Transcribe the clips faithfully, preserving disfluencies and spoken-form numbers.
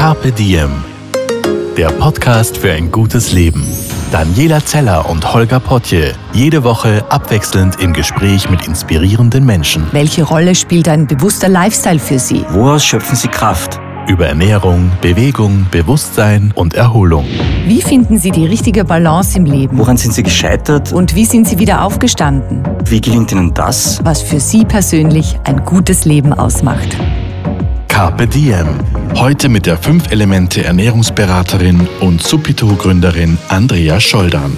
Carpe Diem, der Podcast für ein gutes Leben. Daniela Zeller und Holger Potje, jede Woche abwechselnd im Gespräch mit inspirierenden Menschen. Welche Rolle spielt ein bewusster Lifestyle für Sie? Woraus schöpfen Sie Kraft? Über Ernährung, Bewegung, Bewusstsein und Erholung. Wie finden Sie die richtige Balance im Leben? Woran sind Sie gescheitert? Und wie sind Sie wieder aufgestanden? Wie gelingt Ihnen das? Was für Sie persönlich ein gutes Leben ausmacht. Carpe Diem. Heute mit der Fünf-Elemente-Ernährungsberaterin und Subito-Gründerin Andrea Scholdan.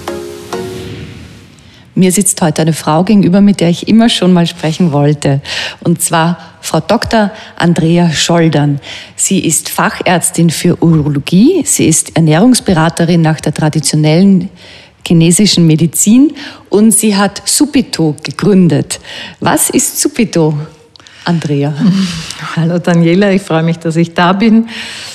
Mir sitzt heute eine Frau gegenüber, mit der ich immer schon mal sprechen wollte. Und zwar Frau Doktor Andrea Scholdan. Sie ist Fachärztin für Urologie. Sie ist Ernährungsberaterin nach der traditionellen chinesischen Medizin und sie hat Subito gegründet. Was ist Subito, Andrea? Hallo Daniela, ich freue mich, dass ich da bin.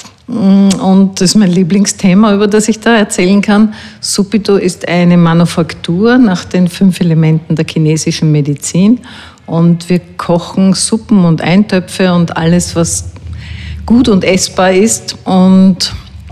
Und das ist mein Lieblingsthema, über das ich da erzählen kann. Subito ist eine Manufaktur nach den fünf Elementen der chinesischen Medizin. Und wir kochen Suppen und Eintöpfe und alles, was gut und essbar ist. Und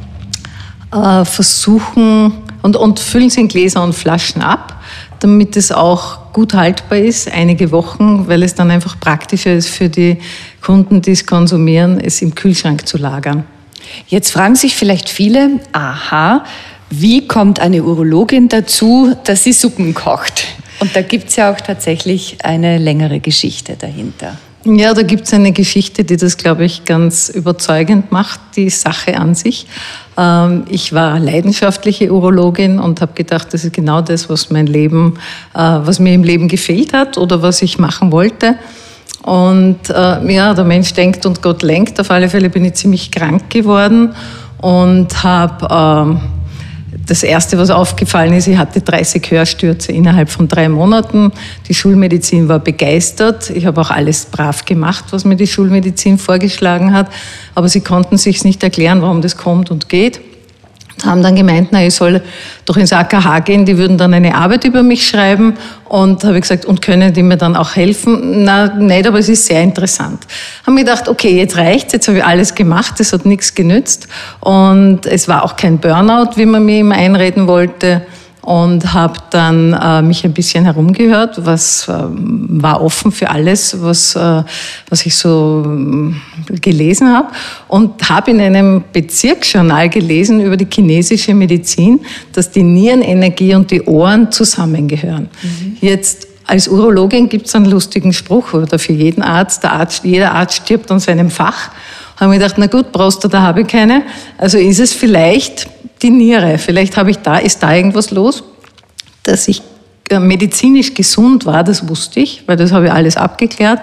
äh, versuchen und, und füllen sie in Gläser und Flaschen ab, damit es auch gut haltbar ist, einige Wochen, weil es dann einfach praktischer ist für die Kunden, die es konsumieren, es im Kühlschrank zu lagern. Jetzt fragen sich vielleicht viele, aha, wie kommt eine Urologin dazu, dass sie Suppen kocht? Und da gibt es ja auch tatsächlich eine längere Geschichte dahinter. Ja, da gibt es eine Geschichte, die das, glaube ich, ganz überzeugend macht, die Sache an sich. Ich war leidenschaftliche Urologin und habe gedacht, das ist genau das, was mein Leben, was mir im Leben gefehlt hat oder was ich machen wollte. Und äh, ja, der Mensch denkt und Gott lenkt. Auf alle Fälle bin ich ziemlich krank geworden und habe äh, das Erste, was aufgefallen ist, ich hatte dreißig Hörstürze innerhalb von drei Monaten. Die Schulmedizin war begeistert. Ich habe auch alles brav gemacht, was mir die Schulmedizin vorgeschlagen hat. Aber sie konnten sich nicht erklären, warum das kommt und geht. Und haben dann gemeint, na, ich soll doch ins A K H gehen, die würden dann eine Arbeit über mich schreiben. Und habe ich gesagt, und können die mir dann auch helfen? Na, nicht, aber es ist sehr interessant. Haben mir gedacht, okay, jetzt reicht's, jetzt habe ich alles gemacht, es hat nichts genützt. Und es war auch kein Burnout, wie man mir immer einreden wollte. Und habe dann äh, mich ein bisschen herumgehört, was äh, war offen für alles, was, äh, was ich so äh, gelesen habe. Und habe in einem Bezirksjournal gelesen über die chinesische Medizin, dass die Nierenenergie und die Ohren zusammengehören. Mhm. Jetzt als Urologin gibt es einen lustigen Spruch, oder für jeden Arzt, der Arzt, jeder Arzt stirbt an seinem Fach. Habe mir gedacht, na gut, Prostata habe ich keine, also ist es vielleicht die Niere. Vielleicht habe ich da, ist da irgendwas los, dass ich medizinisch gesund war, das wusste ich, weil das habe ich alles abgeklärt.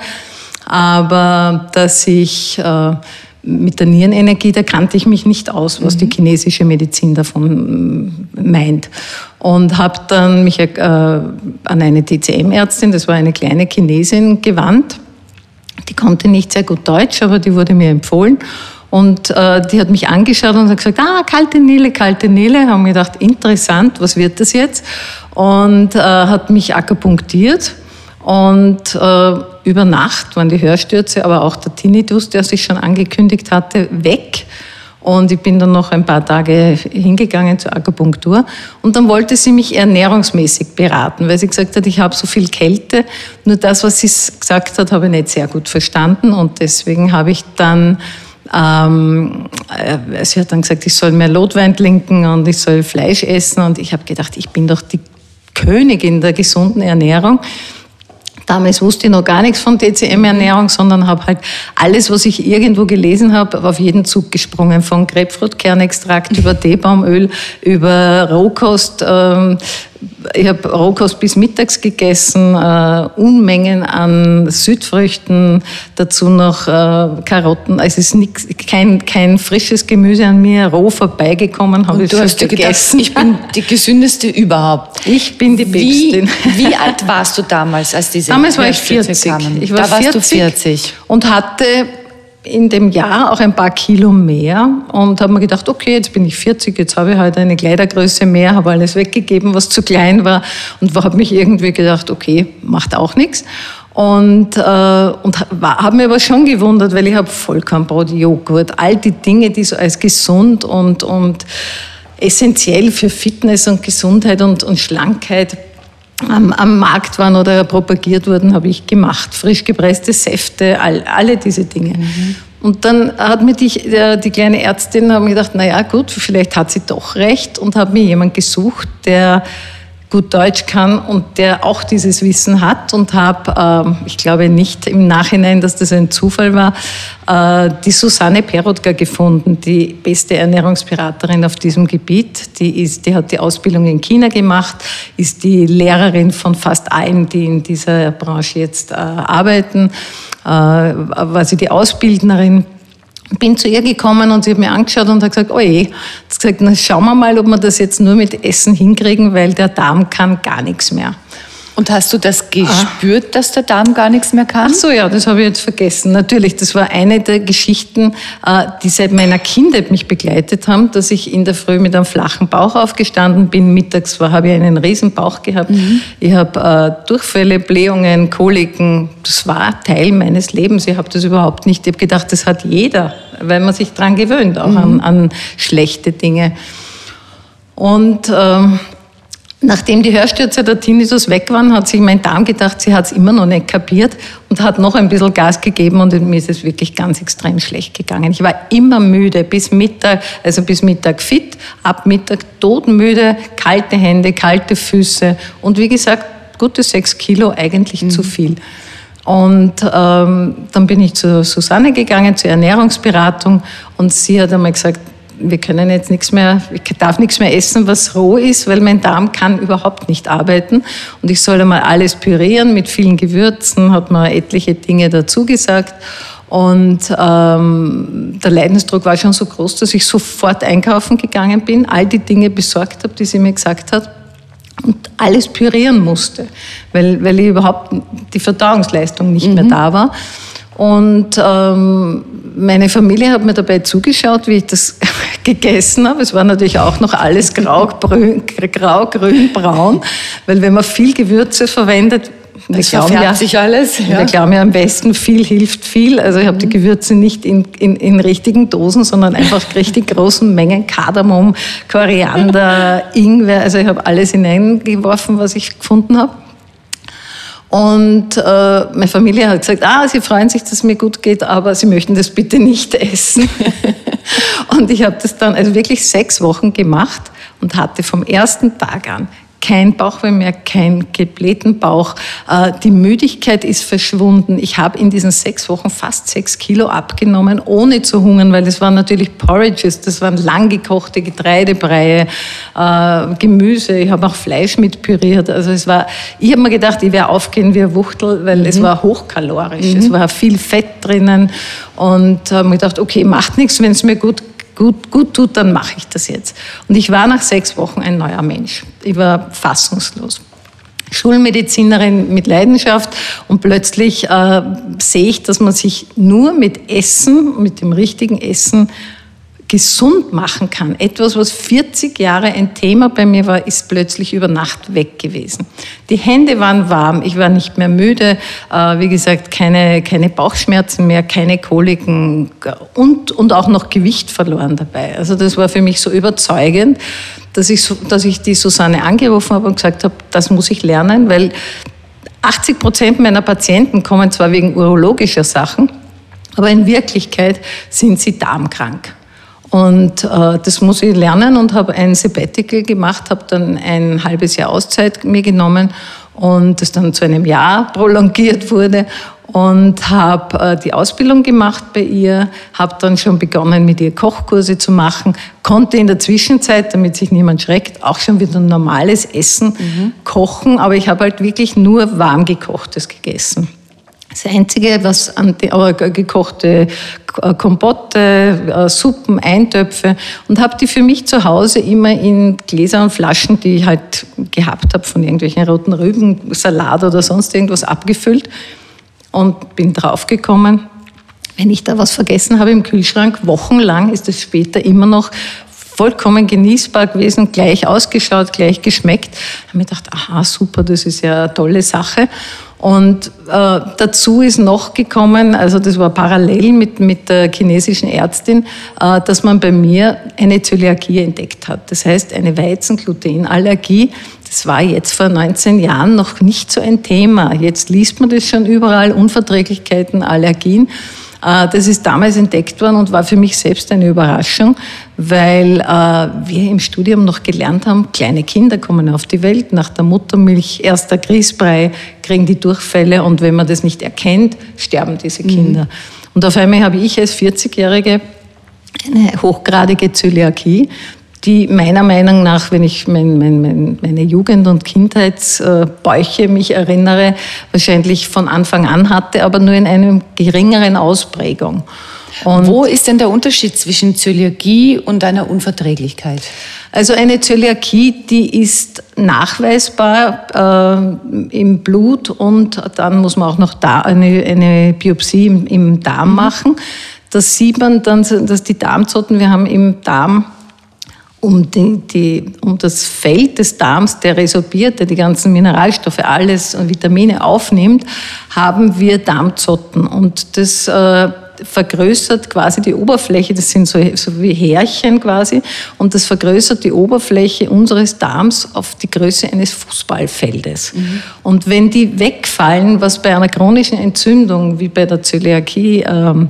Aber dass ich äh, mit der Nierenenergie, da kannte ich mich nicht aus, was mhm. die chinesische Medizin davon meint. Und habe dann mich äh, an eine T C M-Ärztin, das war eine kleine Chinesin, gewandt. Die konnte nicht sehr gut Deutsch, aber die wurde mir empfohlen. Und äh, die hat mich angeschaut und hat gesagt, ah, kalte Nele, kalte Nele. Haben mir gedacht, interessant, was wird das jetzt? Und äh, hat mich akupunktiert. Und äh, über Nacht waren die Hörstürze, aber auch der Tinnitus, der sich schon angekündigt hatte, weg. Und ich bin dann noch ein paar Tage hingegangen zur Akupunktur. Und dann wollte sie mich ernährungsmäßig beraten, weil sie gesagt hat, ich habe so viel Kälte. Nur das, was sie gesagt hat, habe ich nicht sehr gut verstanden. Und deswegen habe ich dann... Ähm, sie hat dann gesagt, ich soll mehr Rotwein trinken und ich soll Fleisch essen. Und ich habe gedacht, ich bin doch die Königin der gesunden Ernährung. Damals wusste ich noch gar nichts von T C M-Ernährung, sondern habe halt alles, was ich irgendwo gelesen habe, auf jeden Zug gesprungen. Von Grapefruitkernextrakt über Teebaumöl, über Rohkost. Ähm, ich habe Rohkost bis mittags gegessen, äh, Unmengen an Südfrüchten, dazu noch äh, Karotten. Also es ist nix, kein, kein frisches Gemüse an mir roh vorbeigekommen, habe ich du hast dir gegessen. Gedacht, ich bin die gesündeste überhaupt. Ich bin die Päpstin. Wie, wie alt warst du damals, als diese Damals war ich vierzig. Kamen? Ich war da warst vierzig, du vierzig und hatte in dem Jahr auch ein paar Kilo mehr und habe mir gedacht, okay, jetzt bin ich vierzig, jetzt habe ich halt eine Kleidergröße mehr, habe alles weggegeben, was zu klein war und habe mich irgendwie gedacht, okay, macht auch nichts. Und, äh, und habe mir aber schon gewundert, weil ich habe Vollkornbrot, Joghurt, all die Dinge, die so als gesund und, und essentiell für Fitness und Gesundheit und, und Schlankheit am, am Markt waren oder propagiert wurden, habe ich gemacht. Frisch gepresste Säfte, all, alle diese Dinge. Mhm. Und dann hat mir die, die kleine Ärztin hat mir gedacht, na ja, gut, vielleicht hat sie doch recht, und habe mir jemanden gesucht, der gut Deutsch kann und der auch dieses Wissen hat, und habe, äh, ich glaube nicht im Nachhinein, dass das ein Zufall war, äh, die Susanne Perotka gefunden, die beste Ernährungsberaterin auf diesem Gebiet. Die, ist, die hat die Ausbildung in China gemacht, ist die Lehrerin von fast allen, die in dieser Branche jetzt äh, arbeiten, äh, war sie die Ausbildnerin. Bin zu ihr gekommen und sie hat mir angeschaut und hat gesagt, oje, hat gesagt, na, schauen wir mal, ob wir das jetzt nur mit Essen hinkriegen, weil der Darm kann gar nichts mehr. Und hast du das gespürt, ah. dass der Darm gar nichts mehr kann? Ach so, ja, das habe ich jetzt vergessen. Natürlich, das war eine der Geschichten, die seit meiner Kindheit mich begleitet haben, dass ich in der Früh mit einem flachen Bauch aufgestanden bin. Mittags war, habe ich einen riesen Bauch gehabt. Mhm. Ich habe äh, Durchfälle, Blähungen, Koliken. Das war Teil meines Lebens. Ich habe das überhaupt nicht. Ich habe gedacht, das hat jeder, weil man sich daran gewöhnt, auch mhm. an, an schlechte Dinge. Und ähm, nachdem die Hörstürze der Tinnitus weg waren, hat sich mein Darm gedacht, sie hat es immer noch nicht kapiert und hat noch ein bisschen Gas gegeben, und mir ist es wirklich ganz extrem schlecht gegangen. Ich war immer müde, bis Mittag, also bis Mittag fit, ab Mittag todmüde, kalte Hände, kalte Füße und wie gesagt, gute sechs Kilo, eigentlich mhm. zu viel. Und ähm, dann bin ich zu Susanne gegangen, zur Ernährungsberatung, und sie hat einmal gesagt, wir können jetzt nichts mehr, ich darf nichts mehr essen, was roh ist, weil mein Darm kann überhaupt nicht arbeiten. Und ich soll einmal alles pürieren mit vielen Gewürzen, hat man etliche Dinge dazu gesagt. Und ähm, der Leidensdruck war schon so groß, dass ich sofort einkaufen gegangen bin, all die Dinge besorgt habe, die sie mir gesagt hat, und alles pürieren musste, weil, weil ich überhaupt die Verdauungsleistung nicht mhm. mehr da war. Und ähm, meine Familie hat mir dabei zugeschaut, wie ich das gegessen habe. Es war natürlich auch noch alles grau, grün, grau, grün, braun, weil wenn man viel Gewürze verwendet, das verfärbt ja, sich alles. Ja. Wir glauben ja am besten, viel hilft viel. Also ich habe die Gewürze nicht in, in, in richtigen Dosen, sondern einfach richtig großen Mengen Kardamom, Koriander, Ingwer. Also ich habe alles hineingeworfen, was ich gefunden habe. Und äh, meine Familie hat gesagt, ah, sie freuen sich, dass es mir gut geht, aber sie möchten das bitte nicht essen. Und ich habe das dann also wirklich sechs Wochen gemacht und hatte vom ersten Tag an kein Bauchweh mehr, kein geblähten Bauch. Die Müdigkeit ist verschwunden. Ich habe in diesen sechs Wochen fast sechs Kilo abgenommen, ohne zu hungern, weil das waren natürlich Porridges, das waren lang gekochte Getreidebreie, äh, Gemüse. Ich habe auch Fleisch mit püriert. Also es war, ich habe mir gedacht, ich werde aufgehen wie ein Wuchtel, weil mhm. es war hochkalorisch. Mhm. Es war viel Fett drinnen, und habe mir gedacht, okay, macht nichts, wenn es mir gut Gut, gut tut, dann mache ich das jetzt. Und ich war nach sechs Wochen ein neuer Mensch. Ich war fassungslos. Schulmedizinerin mit Leidenschaft, und plötzlich äh, sehe ich, dass man sich nur mit Essen, mit dem richtigen Essen, gesund machen kann. Etwas, was vierzig Jahre ein Thema bei mir war, ist plötzlich über Nacht weg gewesen. Die Hände waren warm, ich war nicht mehr müde, äh, wie gesagt, keine, keine Bauchschmerzen mehr, keine Koliken und, und auch noch Gewicht verloren dabei. Also das war für mich so überzeugend, dass ich, dass ich die Susanne angerufen habe und gesagt habe, das muss ich lernen, weil achtzig Prozent meiner Patienten kommen zwar wegen urologischer Sachen, aber in Wirklichkeit sind sie darmkrank. Und äh, das muss ich lernen, und habe ein Sabbatical gemacht, habe dann ein halbes Jahr Auszeit mir genommen und das dann zu einem Jahr prolongiert wurde, und habe äh, die Ausbildung gemacht bei ihr, habe dann schon begonnen, mit ihr Kochkurse zu machen, konnte in der Zwischenzeit, damit sich niemand schreckt, auch schon wieder normales Essen mhm. kochen, aber ich habe halt wirklich nur warm gekochtes gegessen. Das Einzige, was an die, aber gekochte Kompotte, Suppen, Eintöpfe, und habe die für mich zu Hause immer in Gläser und Flaschen, die ich halt gehabt habe, von irgendwelchen roten Rüben, Salat oder sonst irgendwas abgefüllt, und bin draufgekommen, wenn ich da was vergessen habe im Kühlschrank, wochenlang ist es später immer noch vollkommen genießbar gewesen, gleich ausgeschaut, gleich geschmeckt. Da habe ich gedacht, aha, super, das ist ja eine tolle Sache. Und äh, dazu ist noch gekommen, also das war parallel mit, mit der chinesischen Ärztin, äh, dass man bei mir eine Zöliakie entdeckt hat. Das heißt, eine Weizen-Gluten-Allergie. Das war jetzt vor neunzehn Jahren noch nicht so ein Thema. Jetzt liest man das schon überall, Unverträglichkeiten, Allergien. Das ist damals entdeckt worden und war für mich selbst eine Überraschung, weil äh, wir im Studium noch gelernt haben, kleine Kinder kommen auf die Welt, nach der Muttermilch, erster Grießbrei, kriegen die Durchfälle und wenn man das nicht erkennt, sterben diese Kinder. Mhm. Und auf einmal habe ich als vierzigjährige eine hochgradige Zöliakie, die meiner Meinung nach, wenn ich mein, mein, mein, meine Jugend- und Kindheitsbäuche mich erinnere, wahrscheinlich von Anfang an hatte, aber nur in einer geringeren Ausprägung. Und wo ist denn der Unterschied zwischen Zöliakie und einer Unverträglichkeit? Also eine Zöliakie, die ist nachweisbar äh, im Blut und dann muss man auch noch da eine, eine Biopsie im, im Darm mhm. machen. Das sieht man dann, dass die Darmzotten, wir haben im Darm Um, die, die, um das Feld des Darms, der resorbiert, der die ganzen Mineralstoffe, alles und Vitamine aufnimmt, haben wir Darmzotten. Und das äh, vergrößert quasi die Oberfläche, das sind so, so wie Härchen quasi, und das vergrößert die Oberfläche unseres Darms auf die Größe eines Fußballfeldes. Mhm. Und wenn die wegfallen, was bei einer chronischen Entzündung, wie bei der Zöliakie, ähm,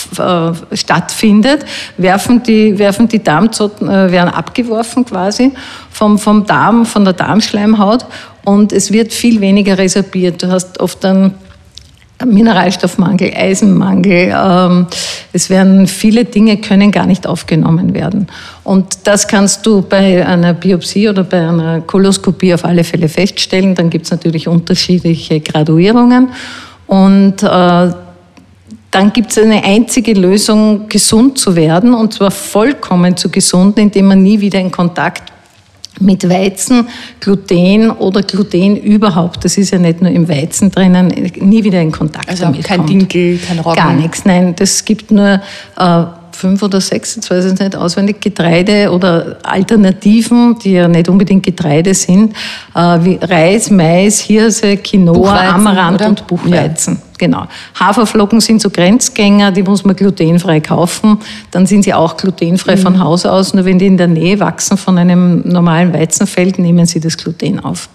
stattfindet, werfen die, werfen die Darmzotten, äh, werden abgeworfen quasi vom, vom Darm, von der Darmschleimhaut und es wird viel weniger resorbiert. Du hast oft einen Mineralstoffmangel, Eisenmangel, ähm, es werden viele Dinge können gar nicht aufgenommen werden. Und das kannst du bei einer Biopsie oder bei einer Koloskopie auf alle Fälle feststellen. Dann gibt es natürlich unterschiedliche Graduierungen und äh, dann gibt es eine einzige Lösung, gesund zu werden, und zwar vollkommen zu gesunden, indem man nie wieder in Kontakt mit Weizen, Gluten oder Gluten überhaupt, das ist ja nicht nur im Weizen drinnen, nie wieder in Kontakt also damit kein kommt. Dinkel, kein Roggen? Gar nichts, nein, das gibt nur äh, fünf oder sechs, jetzt weiß ich es nicht auswendig, Getreide oder Alternativen, die ja nicht unbedingt Getreide sind, äh, wie Reis, Mais, Hirse, Quinoa, Buchweizen, Amaranth oder? und Buchweizen. Ja. Genau. Haferflocken sind so Grenzgänger, die muss man glutenfrei kaufen. Dann sind sie auch glutenfrei mhm. von Haus aus. Nur wenn die in der Nähe wachsen von einem normalen Weizenfeld, nehmen sie das Gluten auf.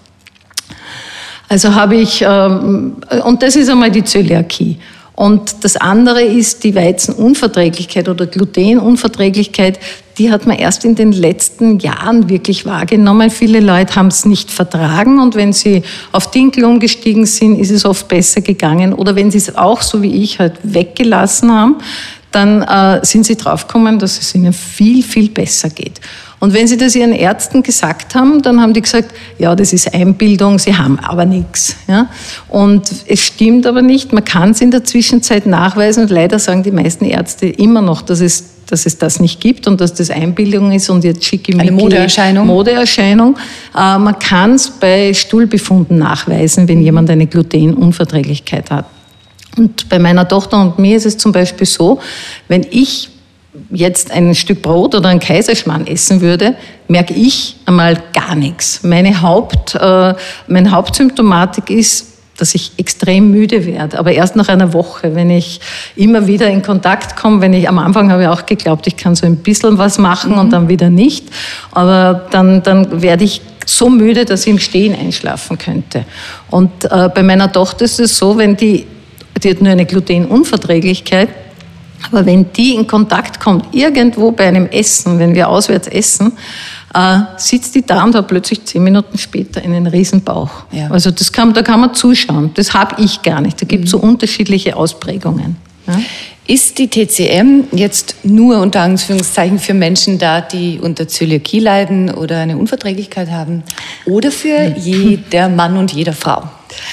Also habe ich, ähm, und das ist einmal die Zöliakie. Und das andere ist die Weizenunverträglichkeit oder Glutenunverträglichkeit. Die hat man erst in den letzten Jahren wirklich wahrgenommen. Viele Leute haben es nicht vertragen und wenn sie auf Dinkel umgestiegen sind, ist es oft besser gegangen. Oder wenn sie es auch, so wie ich, halt weggelassen haben, dann äh, sind sie draufgekommen, dass es ihnen viel, viel besser geht. Und wenn sie das ihren Ärzten gesagt haben, dann haben die gesagt, ja, das ist Einbildung, sie haben aber nichts. Ja? Und es stimmt aber nicht, man kann es in der Zwischenzeit nachweisen und leider sagen die meisten Ärzte immer noch, dass es, dass es das nicht gibt und dass das Einbildung ist und jetzt schickimicki. Eine Modeerscheinung. Modeerscheinung. Äh, man kann es bei Stuhlbefunden nachweisen, wenn jemand eine Glutenunverträglichkeit hat. Und bei meiner Tochter und mir ist es zum Beispiel so, wenn ich jetzt ein Stück Brot oder einen Kaiserschmarrn essen würde, merke ich einmal gar nichts. Meine, Haupt, äh, meine Hauptsymptomatik ist, dass ich extrem müde werde, aber erst nach einer Woche, wenn ich immer wieder in Kontakt komme, wenn ich am Anfang habe ich auch geglaubt, ich kann so ein bisschen was machen mhm. und dann wieder nicht, aber dann, dann werde ich so müde, dass ich im Stehen einschlafen könnte. Und äh, bei meiner Tochter ist es so, wenn die, die hat nur eine Glutenunverträglichkeit, aber wenn die in Kontakt kommt, irgendwo bei einem Essen, wenn wir auswärts essen, äh, sitzt die da und hat plötzlich zehn Minuten später einen Riesenbauch. Ja. Also das kann, da kann man zuschauen. Das habe ich gar nicht. Da gibt es mhm. so unterschiedliche Ausprägungen. Ja? Ist die T C M jetzt nur unter Anführungszeichen für Menschen da, die unter Zöliakie leiden oder eine Unverträglichkeit haben? Oder für jeder Mann und jede Frau?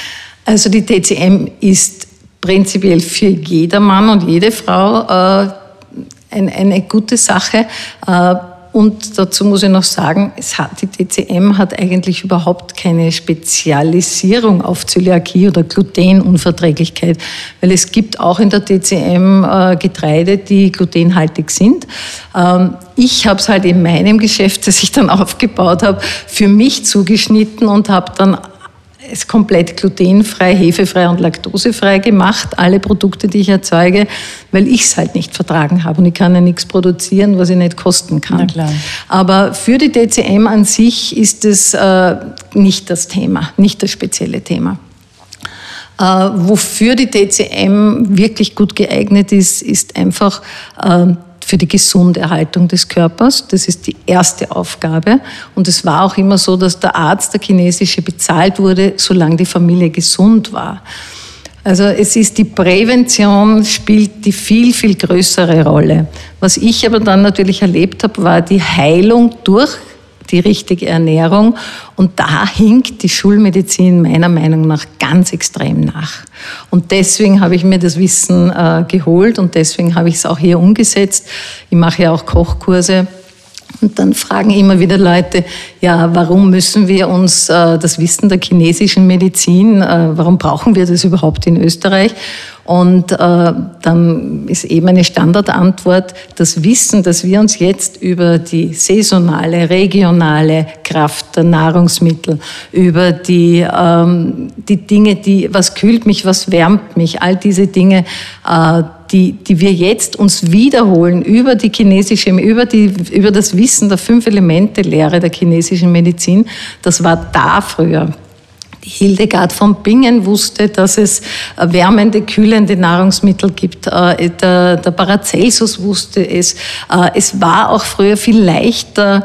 Also die T C M ist prinzipiell für jeder Mann und jede Frau äh, ein, eine gute Sache. Äh, und dazu muss ich noch sagen, es hat, die T C M hat eigentlich überhaupt keine Spezialisierung auf Zöliakie oder Glutenunverträglichkeit, weil es gibt auch in der T C M äh, Getreide, die glutenhaltig sind. Ähm, ich habe es halt in meinem Geschäft, das ich dann aufgebaut habe, für mich zugeschnitten und habe dann ist komplett glutenfrei, hefefrei und laktosefrei gemacht, alle Produkte, die ich erzeuge, weil ich es halt nicht vertragen habe und ich kann ja nichts produzieren, was ich nicht kosten kann. Na klar. Aber für die D C M an sich ist es äh, nicht das Thema, nicht das spezielle Thema. Äh, wofür die D C M wirklich gut geeignet ist, ist einfach äh, für die gesunde Erhaltung des Körpers. Das ist die erste Aufgabe. Und es war auch immer so, dass der Arzt, der chinesische, bezahlt wurde, solange die Familie gesund war. Also es ist die Prävention, spielt die viel, viel größere Rolle. Was ich aber dann natürlich erlebt habe, war die Heilung durch die richtige Ernährung. Und da hinkt die Schulmedizin meiner Meinung nach ganz extrem nach. Und deswegen habe ich mir das Wissen äh, geholt und deswegen habe ich es auch hier umgesetzt. Ich mache ja auch Kochkurse. Und dann fragen immer wieder Leute, ja, warum müssen wir uns äh, das Wissen der chinesischen Medizin, äh, warum brauchen wir das überhaupt in Österreich? Und äh, dann ist eben eine Standardantwort, das Wissen, dass wir uns jetzt über die saisonale, regionale Kraft der Nahrungsmittel, über die, ähm, die Dinge, die, was kühlt mich, was wärmt mich, all diese Dinge, äh, die, die wir jetzt uns wiederholen über die chinesische, über die, über das Wissen der Fünf-Elemente-Lehre der chinesischen Medizin, das war da früher. Die Hildegard von Bingen wusste, dass es wärmende, kühlende Nahrungsmittel gibt. Der, der Paracelsus wusste es. Es war auch früher viel leichter,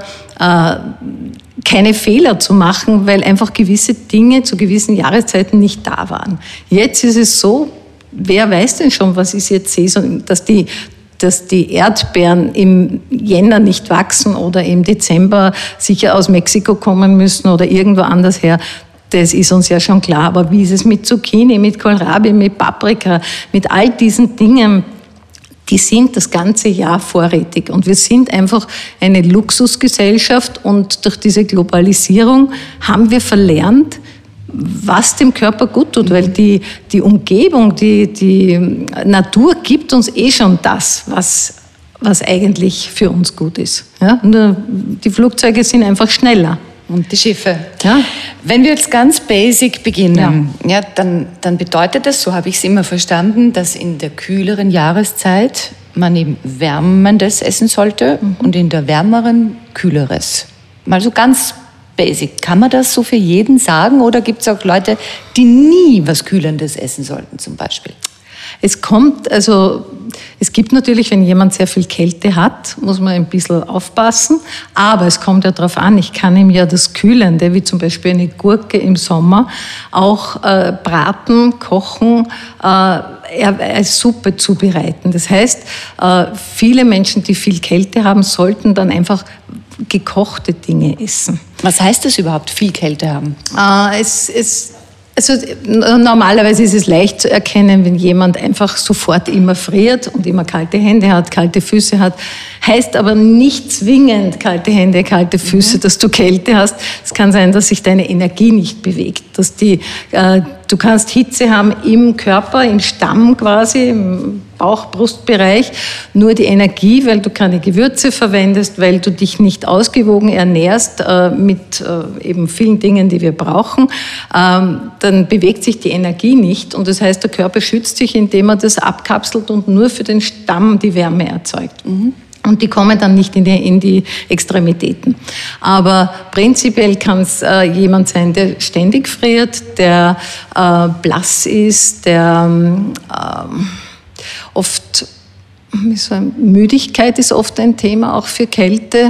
keine Fehler zu machen, weil einfach gewisse Dinge zu gewissen Jahreszeiten nicht da waren. Jetzt ist es so, wer weiß denn schon, was ist jetzt Saison, dass die dass die Erdbeeren im Jänner nicht wachsen oder im Dezember sicher aus Mexiko kommen müssen oder irgendwo anders her. Das ist uns ja schon klar. Aber wie ist es mit Zucchini, mit Kohlrabi, mit Paprika, mit all diesen Dingen? Die sind das ganze Jahr vorrätig. Und wir sind einfach eine Luxusgesellschaft. Und durch diese Globalisierung haben wir verlernt, was dem Körper gut tut. Weil die, die Umgebung, die, die Natur gibt uns eh schon das, was, was eigentlich für uns gut ist. Ja? Nur die Flugzeuge sind einfach schneller. Und die Schiffe. Ja. Wenn wir jetzt ganz basic beginnen, ja. Ja, dann, dann bedeutet das, so habe ich es immer verstanden, dass in der kühleren Jahreszeit man eben Wärmendes essen sollte mhm. und in der wärmeren Kühleres. Mal so ganz basic. Kann man das so für jeden sagen oder gibt es auch Leute, die nie was Kühlendes essen sollten zum Beispiel? Es kommt, also es gibt natürlich, wenn jemand sehr viel Kälte hat, muss man ein bisschen aufpassen, aber es kommt ja darauf an, ich kann ihm ja das Kühlende, wie zum Beispiel eine Gurke im Sommer, auch äh, braten, kochen, äh, als Suppe zubereiten. Das heißt, äh, viele Menschen, die viel Kälte haben, sollten dann einfach gekochte Dinge essen. Was heißt das überhaupt, viel Kälte haben? Äh, es, es Also normalerweise ist es leicht zu erkennen, wenn jemand einfach sofort immer friert und immer kalte Hände hat, kalte Füße hat. Heißt aber nicht zwingend kalte Hände, kalte Füße, mhm. dass du Kälte hast. Es kann sein, dass sich deine Energie nicht bewegt. Dass die, äh, du kannst Hitze haben im Körper, im Stamm quasi, im Bauch-, Brustbereich. Nur die Energie, weil du keine Gewürze verwendest, weil du dich nicht ausgewogen ernährst äh, mit äh, eben vielen Dingen, die wir brauchen, ähm, dann bewegt sich die Energie nicht. Und das heißt, der Körper schützt sich, indem er das abkapselt und nur für den Stamm die Wärme erzeugt. Mhm. Und die kommen dann nicht in die, in die Extremitäten. Aber prinzipiell kann es äh, jemand sein, der ständig friert, der äh, blass ist, der äh, oft, wie so, Müdigkeit ist oft ein Thema, auch für Kälte.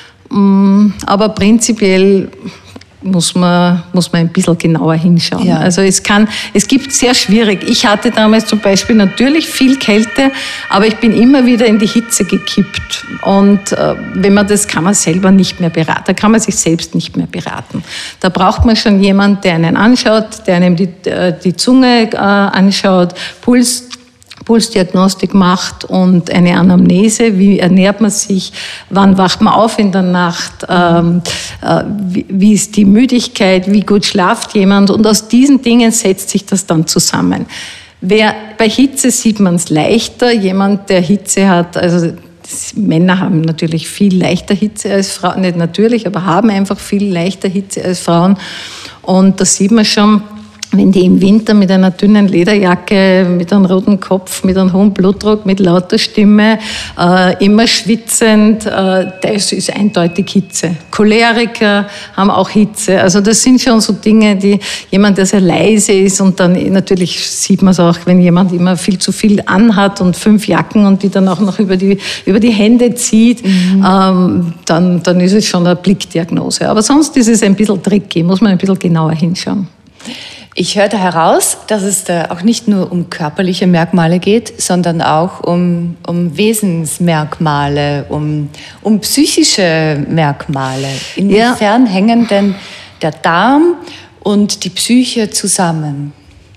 Aber prinzipiell muss man, muss man ein bisschen genauer hinschauen. Ja. Also es kann, es gibt sehr schwierig. Ich hatte damals zum Beispiel natürlich viel Kälte, aber ich bin immer wieder in die Hitze gekippt. Und äh, wenn man das, kann man selber nicht mehr beraten. Da kann man sich selbst nicht mehr beraten. Da braucht man schon jemanden, der einen anschaut, der einem die, die Zunge äh, anschaut, Puls, Pulsdiagnostik macht und eine Anamnese, wie ernährt man sich, wann wacht man auf in der Nacht, ähm, äh, wie, wie ist die Müdigkeit, wie gut schlaft jemand, und aus diesen Dingen setzt sich das dann zusammen. Wer, bei Hitze sieht man es leichter, jemand, der Hitze hat, also Männer haben natürlich viel leichter Hitze als Frauen, nicht natürlich, aber haben einfach viel leichter Hitze als Frauen. Und da sieht man schon, wenn die im Winter mit einer dünnen Lederjacke, mit einem roten Kopf, mit einem hohen Blutdruck, mit lauter Stimme, äh, immer schwitzend, äh, das ist eindeutig Hitze. Choleriker haben auch Hitze. Also das sind schon so Dinge, die jemand, der sehr leise ist, und dann natürlich sieht man es auch, wenn jemand immer viel zu viel anhat und fünf Jacken und die dann auch noch über die, über die Hände zieht, mhm. ähm, dann, dann ist es schon eine Blickdiagnose. Aber sonst ist es ein bisschen tricky, muss man ein bisschen genauer hinschauen. Ich höre da heraus, dass es da auch nicht nur um körperliche Merkmale geht, sondern auch um, um Wesensmerkmale, um, um psychische Merkmale. Inwiefern ja. hängen denn der Darm und die Psyche zusammen?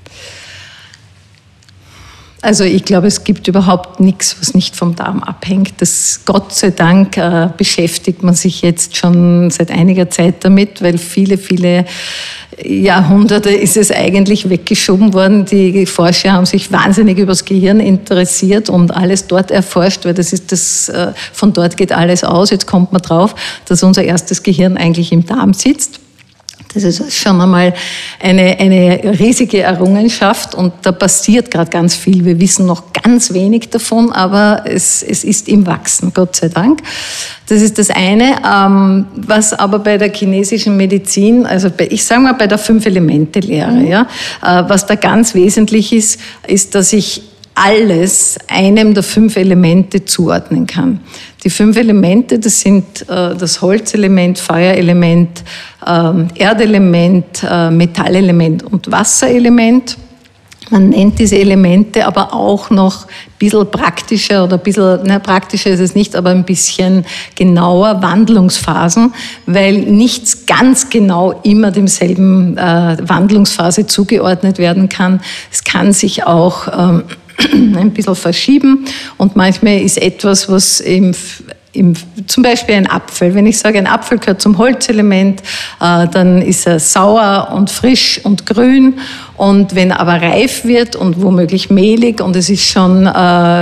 Also ich glaube, es gibt überhaupt nichts, was nicht vom Darm abhängt. Das, Gott sei Dank äh, beschäftigt man sich jetzt schon seit einiger Zeit damit, weil viele, viele Jahrhunderte ist es eigentlich weggeschoben worden. Die Forscher haben sich wahnsinnig über das Gehirn interessiert und alles dort erforscht, weil das ist das, äh, von dort geht alles aus. Jetzt kommt man drauf, dass unser erstes Gehirn eigentlich im Darm sitzt. Das ist schon einmal eine, eine riesige Errungenschaft und da passiert gerade ganz viel. Wir wissen noch ganz wenig davon, aber es, es ist im Wachsen, Gott sei Dank. Das ist das eine. Ähm, was aber bei der chinesischen Medizin, also bei, ich sage mal bei der Fünf-Elemente-Lehre, mhm. ja, äh, was da ganz wesentlich ist, ist, dass ich alles einem der fünf Elemente zuordnen kann. Die fünf Elemente, das sind äh, das Holzelement, Feuerelement, äh, Erdelement, äh, Metallelement und Wasserelement. Man nennt diese Elemente aber auch noch ein bisschen praktischer oder ein bisschen, na, praktischer ist es nicht, aber ein bisschen genauer Wandlungsphasen, weil nichts ganz genau immer demselben äh, Wandlungsphase zugeordnet werden kann. Es kann sich auch ähm, ein bisschen verschieben und manchmal ist etwas, was im, im, zum Beispiel ein Apfel, wenn ich sage, ein Apfel gehört zum Holzelement, äh, dann ist er sauer und frisch und grün und wenn er aber reif wird und womöglich mehlig und es ist schon, äh,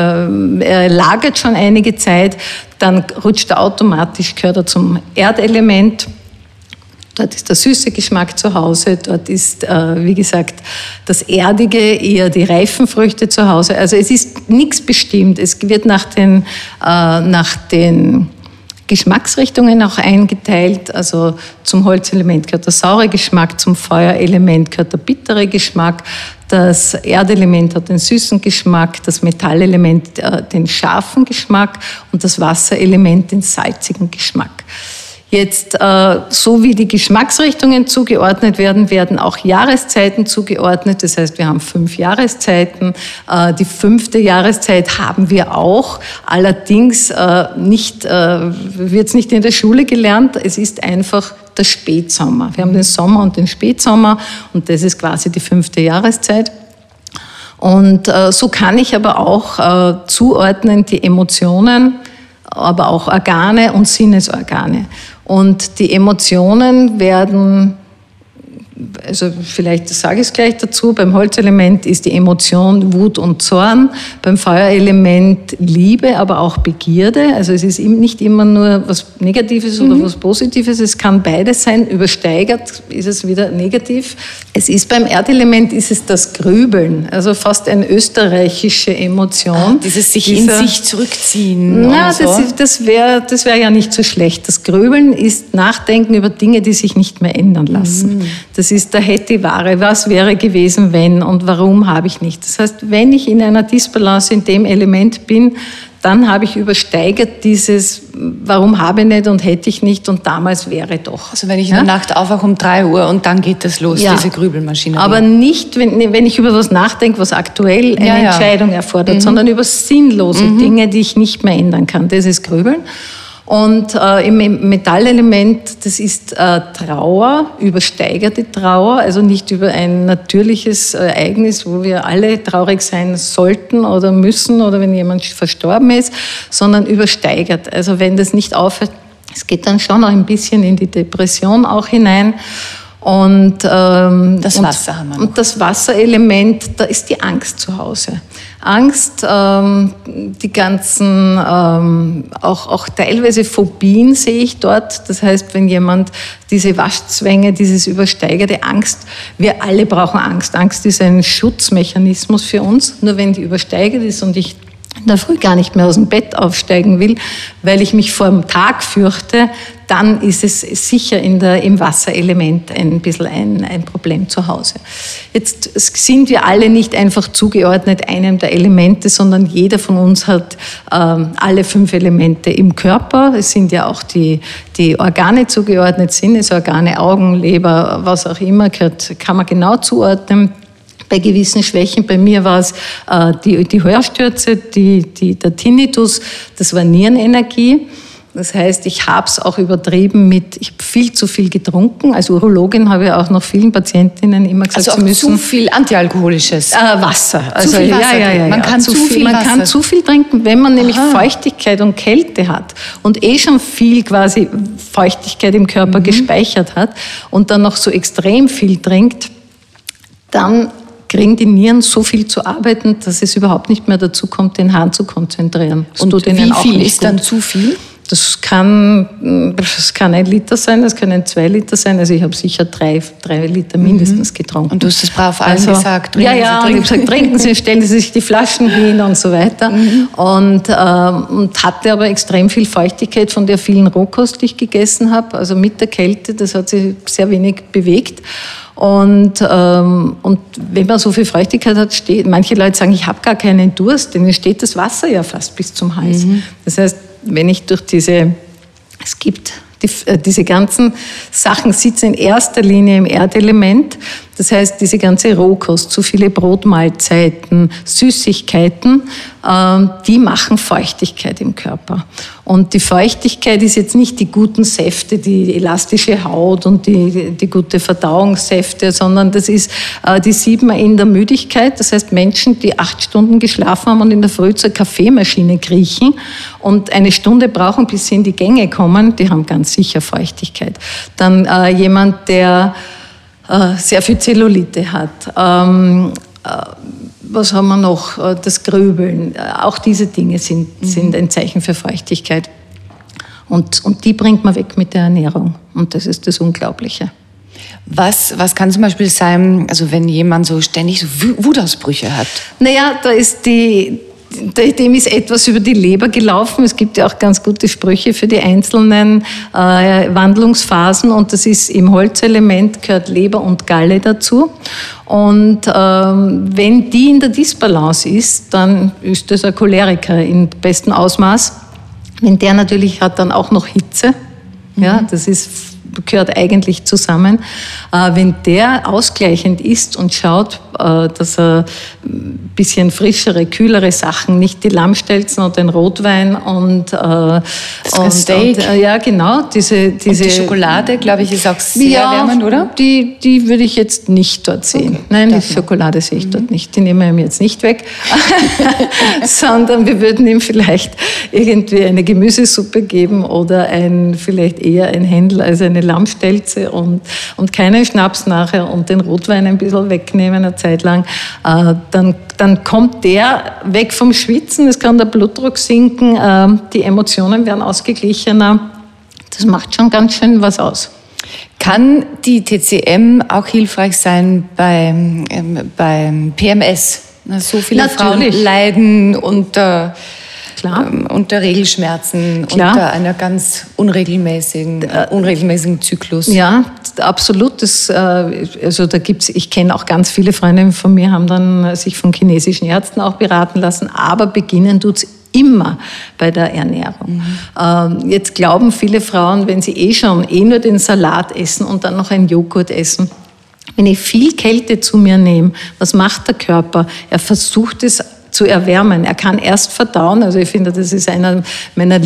er lagert schon einige Zeit, dann rutscht er automatisch, gehört er zum Erdelement. Dort ist der süße Geschmack zu Hause, dort ist, äh, wie gesagt, das Erdige, eher die reifen Früchte zu Hause. Also es ist nichts bestimmt. Es wird nach den, äh, nach den Geschmacksrichtungen auch eingeteilt. Also zum Holzelement gehört der saure Geschmack, zum Feuerelement gehört der bittere Geschmack. Das Erdelement hat den süßen Geschmack, das Metallelement äh, den scharfen Geschmack und das Wasserelement den salzigen Geschmack. Jetzt, äh, so wie die Geschmacksrichtungen zugeordnet werden, werden auch Jahreszeiten zugeordnet. Das heißt, wir haben fünf Jahreszeiten. Äh, die fünfte Jahreszeit haben wir auch. Allerdings äh, nicht, äh, wird es nicht in der Schule gelernt. Es ist einfach der Spätsommer. Wir haben den Sommer und den Spätsommer und das ist quasi die fünfte Jahreszeit. Und äh, so kann ich aber auch äh, zuordnen die Emotionen, aber auch Organe und Sinnesorgane. Und die Emotionen werden, also vielleicht sage ich es gleich dazu, beim Holzelement ist die Emotion Wut und Zorn, beim Feuerelement Liebe, aber auch Begierde. Also es ist nicht immer nur was Negatives oder mhm. was Positives, es kann beides sein. Übersteigert ist es wieder negativ. Es ist beim Erdelement ist es das Grübeln, also fast eine österreichische Emotion. Ah, dieses sich Dieser, in sich zurückziehen. Na, so. das, das wäre das wär ja nicht so schlecht. Das Grübeln ist Nachdenken über Dinge, die sich nicht mehr ändern lassen. Mhm. Das ist der hätte Ware. Was wäre gewesen, wenn und warum habe ich nicht? Das heißt, wenn ich in einer Disbalance in dem Element bin, dann habe ich übersteigert dieses, warum habe ich nicht und hätte ich nicht und damals wäre doch. Also wenn ich in der ja? Nacht aufwache um drei Uhr und dann geht das los, ja. diese Grübelmaschine. Aber nicht, wenn, wenn ich über was nachdenke, was aktuell eine ja, ja. Entscheidung erfordert, mhm. sondern über sinnlose mhm. Dinge, die ich nicht mehr ändern kann. Das ist Grübeln. Und äh, im Metallelement, das ist äh, Trauer, übersteigerte Trauer, also nicht über ein natürliches Ereignis, wo wir alle traurig sein sollten oder müssen oder wenn jemand verstorben ist, sondern übersteigert. Also wenn das nicht aufhört, es geht dann schon auch ein bisschen in die Depression auch hinein. Und, ähm, das Wasser und, haben wir noch. Und das Wasserelement, da ist die Angst zu Hause. Angst, ähm, die ganzen, ähm, auch, auch teilweise Phobien sehe ich dort. Das heißt, wenn jemand diese Waschzwänge, dieses übersteigerte Angst, wir alle brauchen Angst. Angst ist ein Schutzmechanismus für uns. Nur wenn die übersteigert ist und ich in der Früh gar nicht mehr aus dem Bett aufsteigen will, weil ich mich vor dem Tag fürchte, dann ist es sicher in der, im Wasserelement ein bisschen ein, ein Problem zu Hause. Jetzt sind wir alle nicht einfach zugeordnet einem der Elemente, sondern jeder von uns hat ähm, alle fünf Elemente im Körper. Es sind ja auch die, die Organe zugeordnet, Sinnesorgane, Augen, Leber, was auch immer, kann man genau zuordnen. Bei gewissen Schwächen, bei mir war es äh, die, die Hörstürze, die, die, der Tinnitus, das war Nierenenergie. Das heißt, ich habe es auch übertrieben mit, ich habe viel zu viel getrunken. Als Urologin habe ich auch noch vielen Patientinnen immer gesagt, also auch sie müssen... zu viel antialkoholisches? Äh, Wasser. Also, zu viel Wasser. Ja, ja, ja, man ja. kann zu, zu viel, viel Man Wasser. kann zu viel trinken, wenn man nämlich Aha. Feuchtigkeit und Kälte hat und eh schon viel quasi Feuchtigkeit im Körper mhm. gespeichert hat und dann noch so extrem viel trinkt, dann kriegen die Nieren so viel zu arbeiten, dass es überhaupt nicht mehr dazu kommt, den Hahn zu konzentrieren. Das und tut wie auch viel nicht ist gut. dann zu viel? Das kann, das kann ein Liter sein, das können zwei Liter sein. Also ich habe sicher drei, drei Liter mindestens getrunken. Und du hast das brav allen also, gesagt. Ja, ja, und ich habe gesagt, trinken Sie, stellen Sie sich die Flaschen hin und so weiter. Mhm. Und, ähm, und hatte aber extrem viel Feuchtigkeit von der vielen Rohkost, die ich gegessen habe. Also mit der Kälte, das hat sich sehr wenig bewegt. Und, ähm, und wenn man so viel Feuchtigkeit hat, steht, manche Leute sagen, ich habe gar keinen Durst, denn es steht das Wasser ja fast bis zum Hals. Mhm. Das heißt, wenn ich durch diese, es gibt die, äh, diese ganzen Sachen sitzen in erster Linie im Erdelement. Das heißt, diese ganze Rohkost, zu viele Brotmahlzeiten, Süßigkeiten, ähm, die machen Feuchtigkeit im Körper. Und die Feuchtigkeit ist jetzt nicht die guten Säfte, die elastische Haut und die, die gute Verdauungssäfte, sondern das ist, äh, die sieht man in der Müdigkeit. Das heißt, Menschen, die acht Stunden geschlafen haben und in der Früh zur Kaffeemaschine kriechen und eine Stunde brauchen, bis sie in die Gänge kommen, die haben ganz sicher Feuchtigkeit. Dann äh, jemand, der sehr viel Zellulite hat. Ähm, äh, was haben wir noch? Das Grübeln. Auch diese Dinge sind, mhm. sind ein Zeichen für Feuchtigkeit. Und, und die bringt man weg mit der Ernährung. Und das ist das Unglaubliche. Was, was kann zum Beispiel sein, also wenn jemand so ständig so Wutausbrüche hat? Naja, da ist die... Dem ist etwas über die Leber gelaufen. Es gibt ja auch ganz gute Sprüche für die einzelnen äh, Wandlungsphasen. Und das ist im Holzelement gehört Leber und Galle dazu. Und ähm, wenn die in der Disbalance ist, dann ist das ein Choleriker im besten Ausmaß. Wenn der natürlich hat, dann auch noch Hitze. Mhm. Ja, das ist gehört eigentlich zusammen. Äh, wenn der ausgleichend ist und schaut, äh, dass er ein bisschen frischere, kühlere Sachen, nicht die Lammstelzen und den Rotwein und, äh, das und, Steak. und äh, ja, genau, diese, diese und die Schokolade, glaube ich, ist auch sehr ja, erwärmend, oder? Die, die würde ich jetzt nicht dort sehen. Okay, Nein, die Schokolade sehe ich mhm. dort nicht. Die nehmen wir ihm jetzt nicht weg. Sondern wir würden ihm vielleicht irgendwie eine Gemüsesuppe geben oder ein, vielleicht eher ein Händel als eine Lammstelze und, und keinen Schnaps nachher und den Rotwein ein bisschen wegnehmen eine Zeit lang. Äh, dann, dann kommt der weg vom Schwitzen, es kann der Blutdruck sinken, äh, die Emotionen werden ausgeglichener. Das macht schon ganz schön was aus. Kann die T C M auch hilfreich sein beim, ähm, beim P M S? So viele Natürlich. Frauen leiden unter, Klar. ähm, unter Regelschmerzen, Klar. unter einer ganz unregelmäßigen, äh, unregelmäßigen Zyklus. Ja, absolut. Das, äh, also da gibt's, ich kenne auch ganz viele Freundinnen von mir, haben dann sich von chinesischen Ärzten auch beraten lassen, aber beginnen tut's immer bei der Ernährung. Mhm. Ähm, jetzt glauben viele Frauen, wenn sie eh schon eh nur den Salat essen und dann noch einen Joghurt essen, wenn ich viel Kälte zu mir nehme, was macht der Körper? Er versucht es zu erwärmen. Er kann erst verdauen. Also ich finde, das ist einer meiner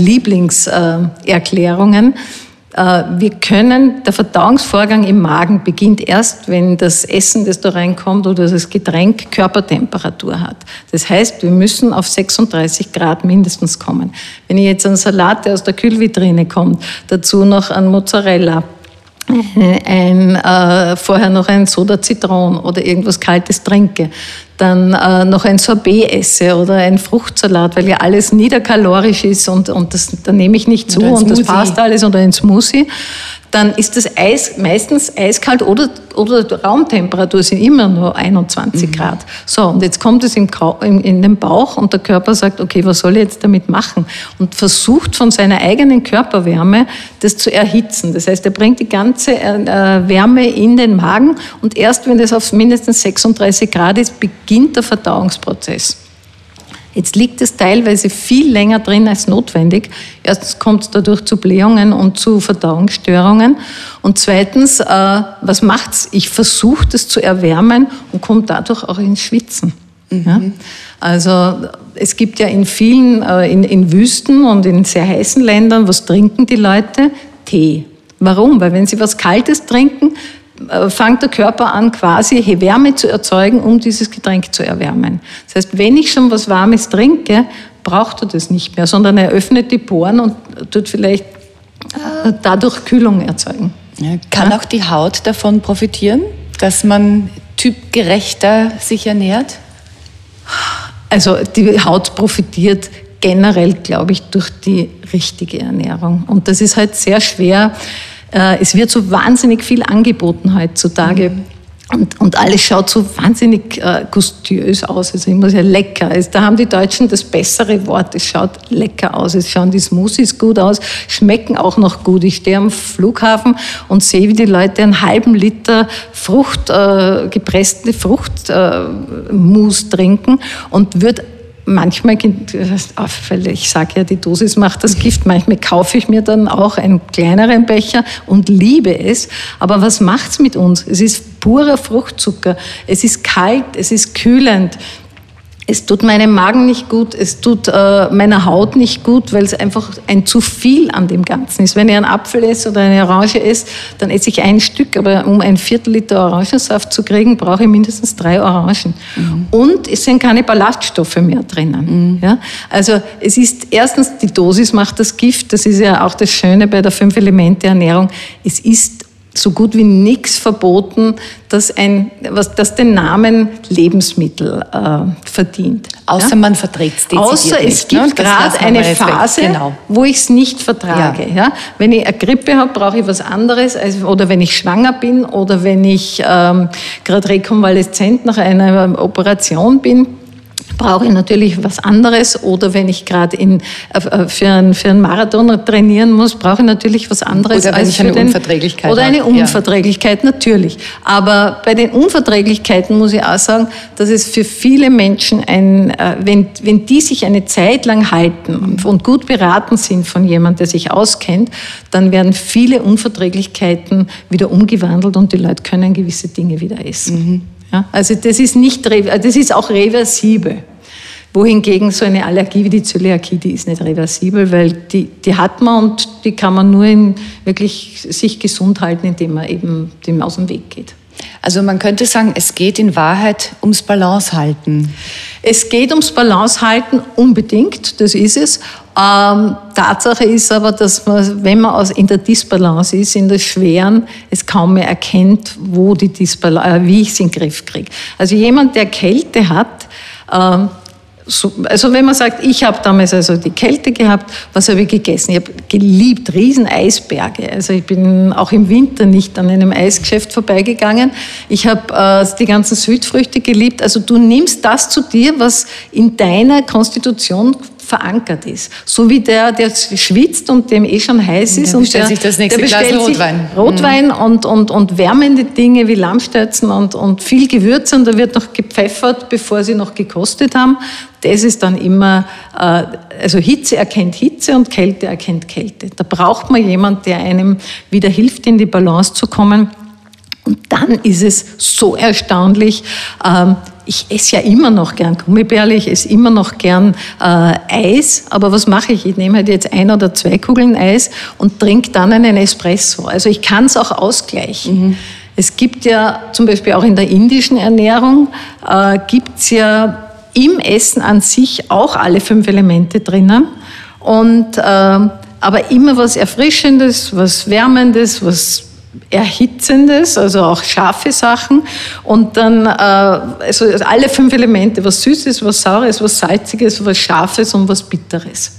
Lieblingserklärungen. Wir können, der Verdauungsvorgang im Magen beginnt erst, wenn das Essen, das da reinkommt oder das Getränk Körpertemperatur hat. Das heißt, wir müssen auf sechsunddreißig Grad mindestens kommen. Wenn ich jetzt einen Salat, der aus der Kühlvitrine kommt, dazu noch einen Mozzarella, ein, äh, vorher noch ein Soda Zitron oder irgendwas Kaltes trinke, dann äh, noch ein Sorbet esse oder ein Fruchtsalat, weil ja alles niederkalorisch ist und, und das, da nehme ich nicht zu und das passt alles, oder ein Smoothie, dann ist das Eis meistens eiskalt oder, oder Raumtemperatur sind immer nur einundzwanzig mhm. Grad. So, und jetzt kommt es im, in, in den Bauch und der Körper sagt, okay, was soll ich jetzt damit machen? Und versucht von seiner eigenen Körperwärme das zu erhitzen. Das heißt, er bringt die ganze äh, Wärme in den Magen und erst wenn das auf mindestens sechsunddreißig Grad ist, beginnt der Verdauungsprozess. Jetzt liegt es teilweise viel länger drin als notwendig. Erstens kommt es dadurch zu Blähungen und zu Verdauungsstörungen. Und zweitens, äh, was macht's? Ich versuche das zu erwärmen und komme dadurch auch ins Schwitzen. Mhm. Ja? Also es gibt ja in vielen, äh, in, in Wüsten und in sehr heißen Ländern, was trinken die Leute? Tee. Warum? Weil wenn sie was Kaltes trinken, fängt der Körper an, quasi Wärme zu erzeugen, um dieses Getränk zu erwärmen. Das heißt, wenn ich schon was Warmes trinke, braucht er das nicht mehr, sondern er öffnet die Poren und tut vielleicht äh, dadurch Kühlung erzeugen. Ja, kann ja? auch die Haut davon profitieren, dass man typgerechter sich ernährt? Also die Haut profitiert generell, glaube ich, durch die richtige Ernährung. Und das ist halt sehr schwer. Es wird so wahnsinnig viel angeboten heutzutage. Mhm. Und, und alles schaut so wahnsinnig äh, gustiös aus. Also immer sehr lecker. Also da haben die Deutschen das bessere Wort. Es schaut lecker aus. Es schauen die Smoothies gut aus, schmecken auch noch gut. Ich stehe am Flughafen und sehe, wie die Leute einen halben Liter Frucht, äh, gepresste Fruchtmus äh, trinken und wird manchmal, weil ich sage ja, die Dosis macht das Gift, manchmal kaufe ich mir dann auch einen kleineren Becher und liebe es. Aber was macht's mit uns? Es ist purer Fruchtzucker, es ist kalt, es ist kühlend. Es tut meinem Magen nicht gut, es tut äh, meiner Haut nicht gut, weil es einfach ein zu viel an dem Ganzen ist. Wenn ich einen Apfel esse oder eine Orange esse, dann esse ich ein Stück, aber um ein Viertel Liter Orangensaft zu kriegen, brauche ich mindestens drei Orangen. Mhm. Und es sind keine Ballaststoffe mehr drinnen. Mhm. Ja? Also es ist erstens, die Dosis macht das Gift, das ist ja auch das Schöne bei der Fünf-Elemente-Ernährung. Es ist so gut wie nichts verboten, das, ein, was, das den Namen Lebensmittel äh, verdient. Außer ja? man verträgt es dezidiert Außer es nicht, gibt ne? gerade eine Phase, genau. wo ich es nicht vertrage. Ja. Ja? Wenn ich eine Grippe habe, brauche ich was anderes. Als, oder wenn ich schwanger bin oder wenn ich ähm, gerade rekonvaleszent nach einer Operation bin, brauche ich natürlich was anderes. Oder wenn ich gerade in, äh, für, einen, für einen Marathon trainieren muss, brauche ich natürlich was anderes. Oder wenn als ich eine den, Unverträglichkeit Oder eine habe. Unverträglichkeit, ja. natürlich. Aber bei den Unverträglichkeiten muss ich auch sagen, dass es für viele Menschen, ein, äh, wenn, wenn die sich eine Zeit lang halten und, und gut beraten sind von jemandem, der sich auskennt, dann werden viele Unverträglichkeiten wieder umgewandelt und die Leute können gewisse Dinge wieder essen. Mhm. Ja, also das ist nicht, das ist auch reversibel. Wohingegen so eine Allergie wie die Zöliakie, die ist nicht reversibel, weil die, die hat man und die kann man nur in wirklich sich gesund halten, indem man eben dem aus dem Weg geht. Also man könnte sagen, es geht in Wahrheit ums Balancehalten. Es geht ums Balancehalten unbedingt, das ist es. Ähm, Tatsache ist aber, dass man, wenn man aus, in der Disbalance ist, in der Schweren, es kaum mehr erkennt, wo die Disbalance, äh, wie ich es in den Griff kriege. Also jemand, der Kälte hat, ähm, So, also wenn man sagt, ich habe damals also die Kälte gehabt, was habe ich gegessen? Ich habe geliebt, riesen Eisberge. Also ich bin auch im Winter nicht an einem Eisgeschäft vorbeigegangen. Ich habe äh, die ganzen Südfrüchte geliebt. Also du nimmst das zu dir, was in deiner Konstitution verankert ist. So wie der, der schwitzt und dem eh schon heiß ist. Der und bestellt der, sich das nächste der Glas Rotwein. Rotwein mhm. und, und, und wärmende Dinge wie Lammstelzen und, und viel Gewürz. Und da wird noch gepfeffert, bevor sie noch gekostet haben. Das ist dann immer, äh, also Hitze erkennt Hitze und Kälte erkennt Kälte. Da braucht man jemanden, der einem wieder hilft, in die Balance zu kommen. Und dann ist es so erstaunlich, ähm, ich esse ja immer noch gern Gummibärle, ich esse immer noch gern äh, Eis, aber was mache ich? Ich nehme halt jetzt ein oder zwei Kugeln Eis und trinke dann einen Espresso. Also ich kann es auch ausgleichen. Mhm. Es gibt ja zum Beispiel auch in der indischen Ernährung, äh, gibt es ja im Essen an sich auch alle fünf Elemente drinnen. Und, äh, aber immer was Erfrischendes, was Wärmendes, was Erhitzendes, also auch scharfe Sachen und dann äh, also alle fünf Elemente, was Süßes, was Saures, was Salziges, was Scharfes und was Bitteres.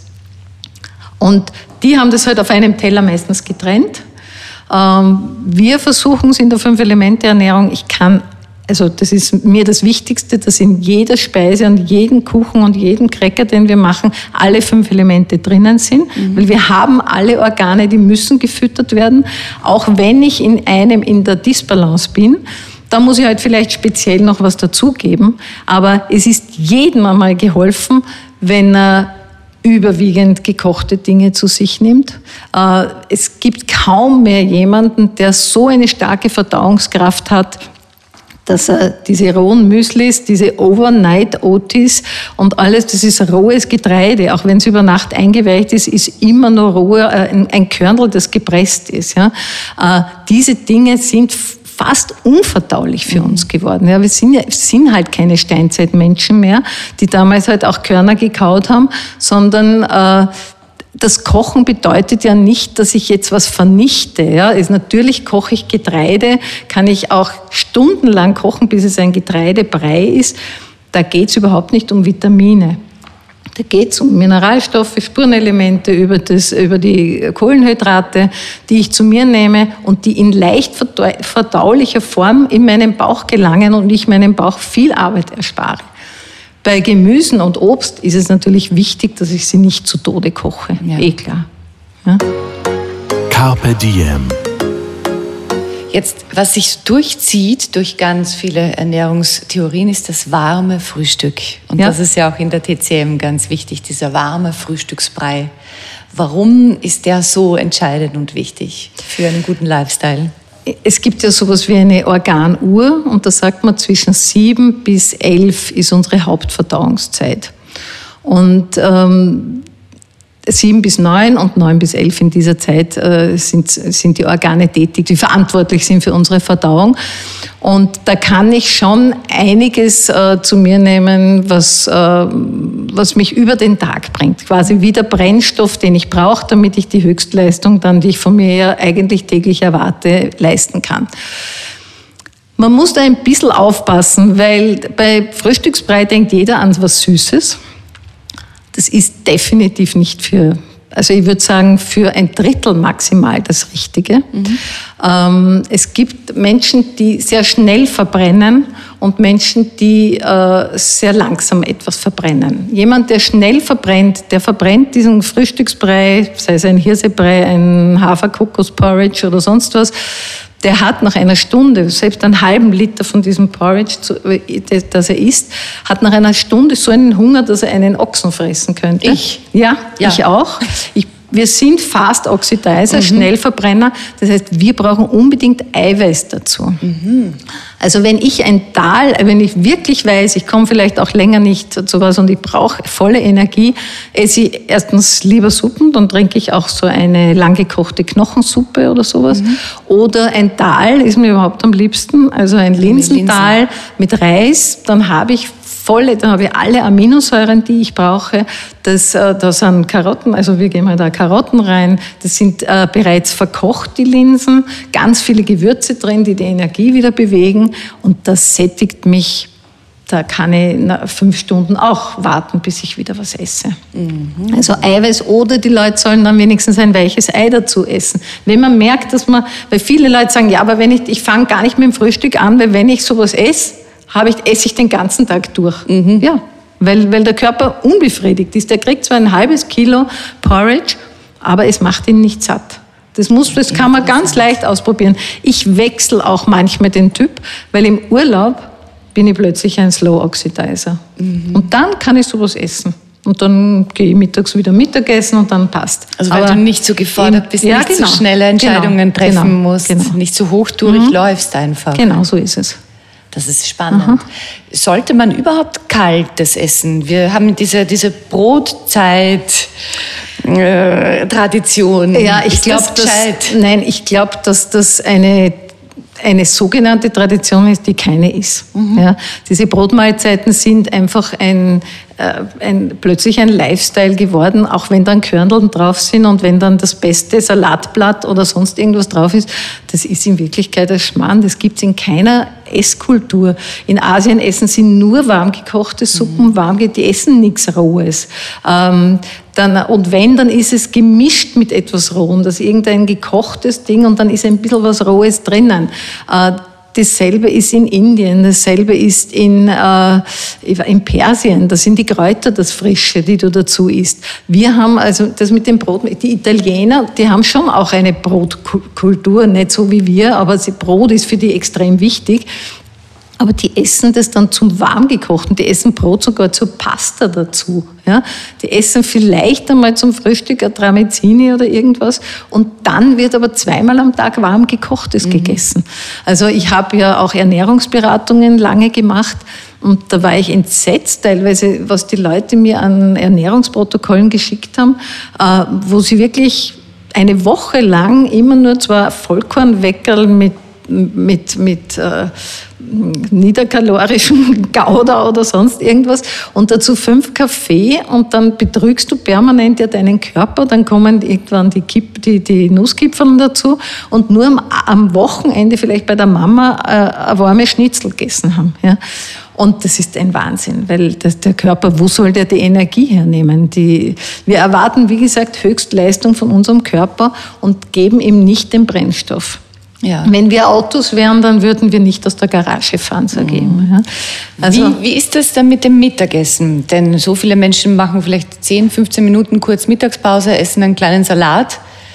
Und die haben das halt auf einem Teller meistens getrennt. Ähm, wir versuchen es in der Fünf-Elemente-Ernährung, ich kann Also das ist mir das Wichtigste, dass in jeder Speise und jedem Kuchen und jedem Cracker, den wir machen, alle fünf Elemente drinnen sind. Mhm. Weil wir haben alle Organe, die müssen gefüttert werden. Auch wenn ich in einem in der Disbalance bin, da muss ich halt vielleicht speziell noch was dazugeben. Aber es ist jedem einmal geholfen, wenn er überwiegend gekochte Dinge zu sich nimmt. Es gibt kaum mehr jemanden, der so eine starke Verdauungskraft hat, dass er diese rohen Müslis, diese Overnight Oats und alles, das ist rohes Getreide, auch wenn es über Nacht eingeweicht ist, ist immer noch rohe, ein, ein Körnel, das gepresst ist. Ja. Äh, diese Dinge sind fast unverdaulich für uns geworden. Ja, wir sind, ja, sind halt keine Steinzeitmenschen mehr, die damals halt auch Körner gekaut haben, sondern äh, das Kochen bedeutet ja nicht, dass ich jetzt was vernichte. Ja, ist natürlich koche ich Getreide, kann ich auch stundenlang kochen, bis es ein Getreidebrei ist. Da geht es überhaupt nicht um Vitamine. Da geht es um Mineralstoffe, Spurenelemente, über, das, über die Kohlenhydrate, die ich zu mir nehme und die in leicht verdaulicher Form in meinen Bauch gelangen und ich meinem Bauch viel Arbeit erspare. Bei Gemüsen und Obst ist es natürlich wichtig, dass ich sie nicht zu Tode koche. Ja. Eh klar. Ja? Carpe Diem. Jetzt, was sich durchzieht durch ganz viele Ernährungstheorien, ist das warme Frühstück. Und ja. das ist ja auch in der T C M ganz wichtig, dieser warme Frühstücksbrei. Warum ist der so entscheidend und wichtig für einen guten Lifestyle? Es gibt ja sowas wie eine Organuhr und da sagt man, zwischen sieben bis elf ist unsere Hauptverdauungszeit. Und ähm, sieben bis neun und neun bis elf in dieser Zeit äh, sind, sind die Organe tätig, die verantwortlich sind für unsere Verdauung. Und da kann ich schon einiges äh, zu mir nehmen, was, äh, was mich über den Tag bringt. Quasi wie der Brennstoff, den ich brauche, damit ich die Höchstleistung dann, die ich von mir ja eigentlich täglich erwarte, leisten kann. Man muss da ein bisschen aufpassen, weil bei Frühstücksbrei denkt jeder an was Süßes. Das ist definitiv nicht für, also ich würde sagen, für ein Drittel maximal das Richtige. Mhm. Ähm, es gibt Menschen, die sehr schnell verbrennen und Menschen, die äh, sehr langsam etwas verbrennen. Jemand, der schnell verbrennt, der verbrennt diesen Frühstücksbrei, sei es ein Hirsebrei, ein Hafer-Kokos-Porridge oder sonst was, der hat nach einer Stunde, selbst einen halben Liter von diesem Porridge, das er isst, hat nach einer Stunde so einen Hunger, dass er einen Ochsen fressen könnte. Ich? Ja, ja. ich auch. Ich, wir sind Fast Oxidizer, mhm. Schnellverbrenner. Das heißt, wir brauchen unbedingt Eiweiß dazu. Mhm. Also wenn ich ein Tal, wenn ich wirklich weiß, ich komme vielleicht auch länger nicht zu was und ich brauche volle Energie, esse ich erstens lieber Suppen, dann trinke ich auch so eine langgekochte Knochensuppe oder sowas. Mhm. Oder ein Tal ist mir überhaupt am liebsten, also ein Linsental mit Reis, dann habe ich volle, dann habe ich alle Aminosäuren, die ich brauche. Das, da sind Karotten, also wir geben da Karotten rein. Das sind äh, bereits verkocht, die Linsen. Ganz viele Gewürze drin, die die Energie wieder bewegen. Und das sättigt mich. Da kann ich na, fünf Stunden auch warten, bis ich wieder was esse. Mhm. Also Eiweiß oder die Leute sollen dann wenigstens ein weiches Ei dazu essen. Wenn man merkt, dass man, weil viele Leute sagen, ja, aber wenn ich, ich fange gar nicht mit dem Frühstück an, weil wenn ich sowas esse, habe ich, esse ich den ganzen Tag durch. Mhm. Ja, weil, weil der Körper unbefriedigt ist. Der kriegt zwar ein halbes Kilo Porridge, aber es macht ihn nicht satt. Das, muss, das kann man ganz leicht ausprobieren. Ich wechsle auch manchmal den Typ, weil im Urlaub bin ich plötzlich ein Slow Oxidizer. Mhm. Und dann kann ich sowas essen. Und dann gehe ich mittags wieder Mittagessen und dann passt. Also weil Aber du nicht so gefordert bist, ja, nicht genau, so schnelle Entscheidungen genau, treffen genau, musst, genau. nicht so hochtourig mhm. läufst einfach. Genau, so ist es. Das ist spannend. Aha. Sollte man überhaupt Kaltes essen? Wir haben diese, diese Brotzeit-Tradition. Äh, ja, ich glaube, das, nein, ich glaube, dass das eine eine sogenannte Tradition ist, die keine ist. Mhm. Ja, diese Brotmahlzeiten sind einfach ein, ein, plötzlich ein Lifestyle geworden, auch wenn dann Körneln drauf sind und wenn dann das beste Salatblatt oder sonst irgendwas drauf ist. Das ist in Wirklichkeit ein Schmarrn. Das gibt es in keiner Esskultur. In Asien essen sie nur warm gekochte Suppen, mhm. warm, die essen nichts Rohes. Ähm, dann, und wenn, dann ist es gemischt mit etwas Rohem, das ist irgendein gekochtes Ding und dann ist ein bisschen was Rohes drinnen. Äh, Dasselbe ist in Indien, dasselbe ist in, äh, in Persien. Das sind die Kräuter, das Frische, die du dazu isst. Wir haben also das mit dem Brot, die Italiener, die haben schon auch eine Brotkultur, nicht so wie wir, aber Brot ist für die extrem wichtig. Aber die essen das dann zum Warmgekochten. Die essen Brot sogar zur Pasta dazu. Ja? Die essen vielleicht einmal zum Frühstück ein Tramezzini oder irgendwas. Und dann wird aber zweimal am Tag warm gekochtes mhm. gegessen. Also ich habe ja auch Ernährungsberatungen lange gemacht. Und da war ich entsetzt teilweise, was die Leute mir an Ernährungsprotokollen geschickt haben, wo sie wirklich eine Woche lang immer nur zwar Vollkornweckerl mit mit, mit äh, niederkalorischem Gouda oder sonst irgendwas und dazu fünf Kaffee und dann betrügst du permanent ja deinen Körper, dann kommen irgendwann die, Kipp, die, die Nusskipferl dazu und nur am, am Wochenende vielleicht bei der Mama äh, eine warme Schnitzel gegessen haben. Ja. Und das ist ein Wahnsinn, weil das, der Körper, wo soll der die Energie hernehmen? Die, wir erwarten, wie gesagt, Höchstleistung von unserem Körper und geben ihm nicht den Brennstoff. Ja. Wenn wir Autos wären, dann würden wir nicht aus der Garage fahren, sage ich immer. Ja. Also, wie, wie ist das dann mit dem Mittagessen? Denn so viele Menschen machen vielleicht zehn, fünfzehn Minuten kurz Mittagspause, essen einen kleinen Salat,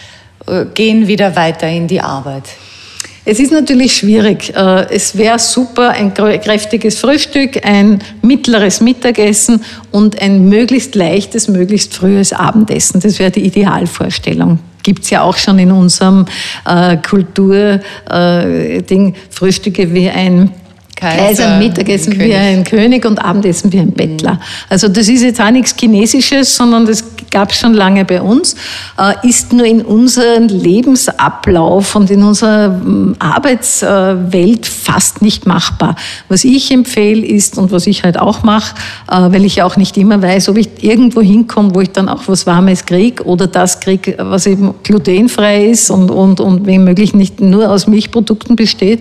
gehen wieder weiter in die Arbeit. Es ist natürlich schwierig. Es wäre super, ein kräftiges Frühstück, ein mittleres Mittagessen und ein möglichst leichtes, möglichst frühes Abendessen. Das wäre die Idealvorstellung. Gibt es ja auch schon in unserem äh, Kultur-Ding, äh, Frühstücke wie ein Kaiser, Kaiser Mittagessen ein wie ein König und Abendessen wie ein Bettler. Mhm. Also das ist jetzt auch nichts Chinesisches, sondern das gab es schon lange bei uns, äh, ist nur in unserem Lebensablauf und in unserer Arbeitswelt fast nicht machbar. Was ich empfehle ist und was ich halt auch mache, äh, weil ich ja auch nicht immer weiß, ob ich irgendwo hinkomme, wo ich dann auch was Warmes kriege oder das kriege, was eben glutenfrei ist und, und, und wenn möglich nicht nur aus Milchprodukten besteht.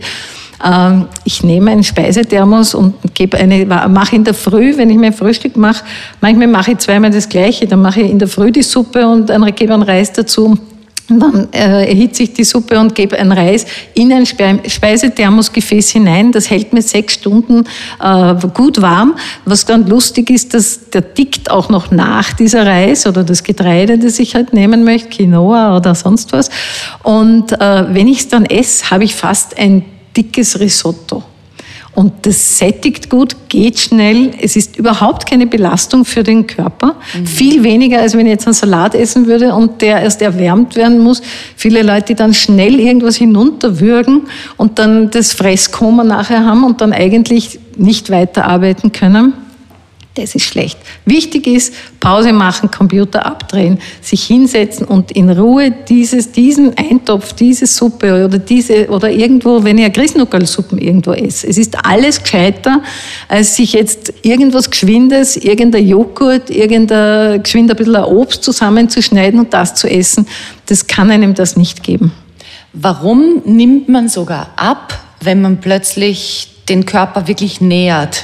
Ich nehme einen Speisethermos und gebe eine, mache in der Früh, wenn ich mein Frühstück mache, manchmal mache ich zweimal das Gleiche. Dann mache ich in der Früh die Suppe und dann gebe einen Reis dazu. Und dann äh, erhitze ich die Suppe und gebe einen Reis in ein Speisethermosgefäß hinein. Das hält mir sechs Stunden äh, gut warm. Was dann lustig ist, dass der dickt auch noch nach, dieser Reis oder das Getreide, das ich halt nehmen möchte, Quinoa oder sonst was. Und äh, wenn ich es dann esse, habe ich fast ein dickes Risotto. Und das sättigt gut, geht schnell. Es ist überhaupt keine Belastung für den Körper. Mhm. Viel weniger, als wenn ich jetzt einen Salat essen würde und der erst erwärmt werden muss. Viele Leute, die dann schnell irgendwas hinunterwürgen und dann das Fresskoma nachher haben und dann eigentlich nicht weiterarbeiten können. Das ist schlecht. Wichtig ist, Pause machen, Computer abdrehen, sich hinsetzen und in Ruhe dieses, diesen Eintopf, diese Suppe oder diese, oder irgendwo, wenn ich eine Grießnuckelsuppen irgendwo esse. Es ist alles gescheiter, als sich jetzt irgendwas Geschwindes, irgendein Joghurt, irgendein geschwind ein bisschen Obst zusammenzuschneiden und das zu essen. Das kann einem das nicht geben. Warum nimmt man sogar ab, wenn man plötzlich den Körper wirklich nährt?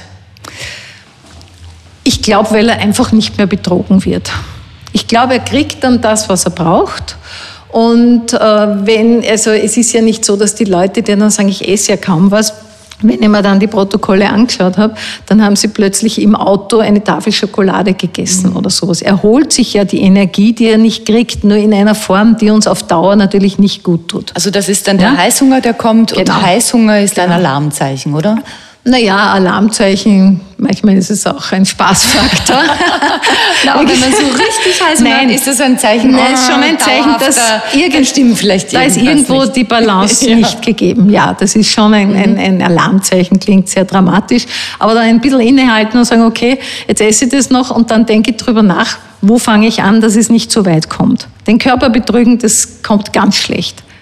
Ich glaube, weil er einfach nicht mehr betrogen wird. Ich glaube, er kriegt dann das, was er braucht. Und äh, wenn, also es ist ja nicht so, dass die Leute, die dann sagen, ich esse ja kaum was, wenn ich mir dann die Protokolle angeschaut habe, dann haben sie plötzlich im Auto eine Tafel Schokolade gegessen mhm. oder sowas. Er holt sich ja die Energie, die er nicht kriegt, nur in einer Form, die uns auf Dauer natürlich nicht gut tut. Also das ist dann der ja? Heißhunger, der kommt genau. und Heißhunger ist genau. ein Alarmzeichen, oder? Naja, Alarmzeichen, manchmal ist es auch ein Spaßfaktor. Na, aber wenn man so richtig heiß macht, ist das ein Zeichen, Nein, ist schon ein Zeichen, dass irgend, stimmt vielleicht da ist irgendwo nicht. Die Balance ja. nicht gegeben. Ja, das ist schon ein, ein, ein Alarmzeichen, klingt sehr dramatisch. Aber dann ein bisschen innehalten und sagen, okay, jetzt esse ich das noch und dann denke ich drüber nach, wo fange ich an, dass es nicht so weit kommt. Den Körper betrügen, das kommt ganz schlecht.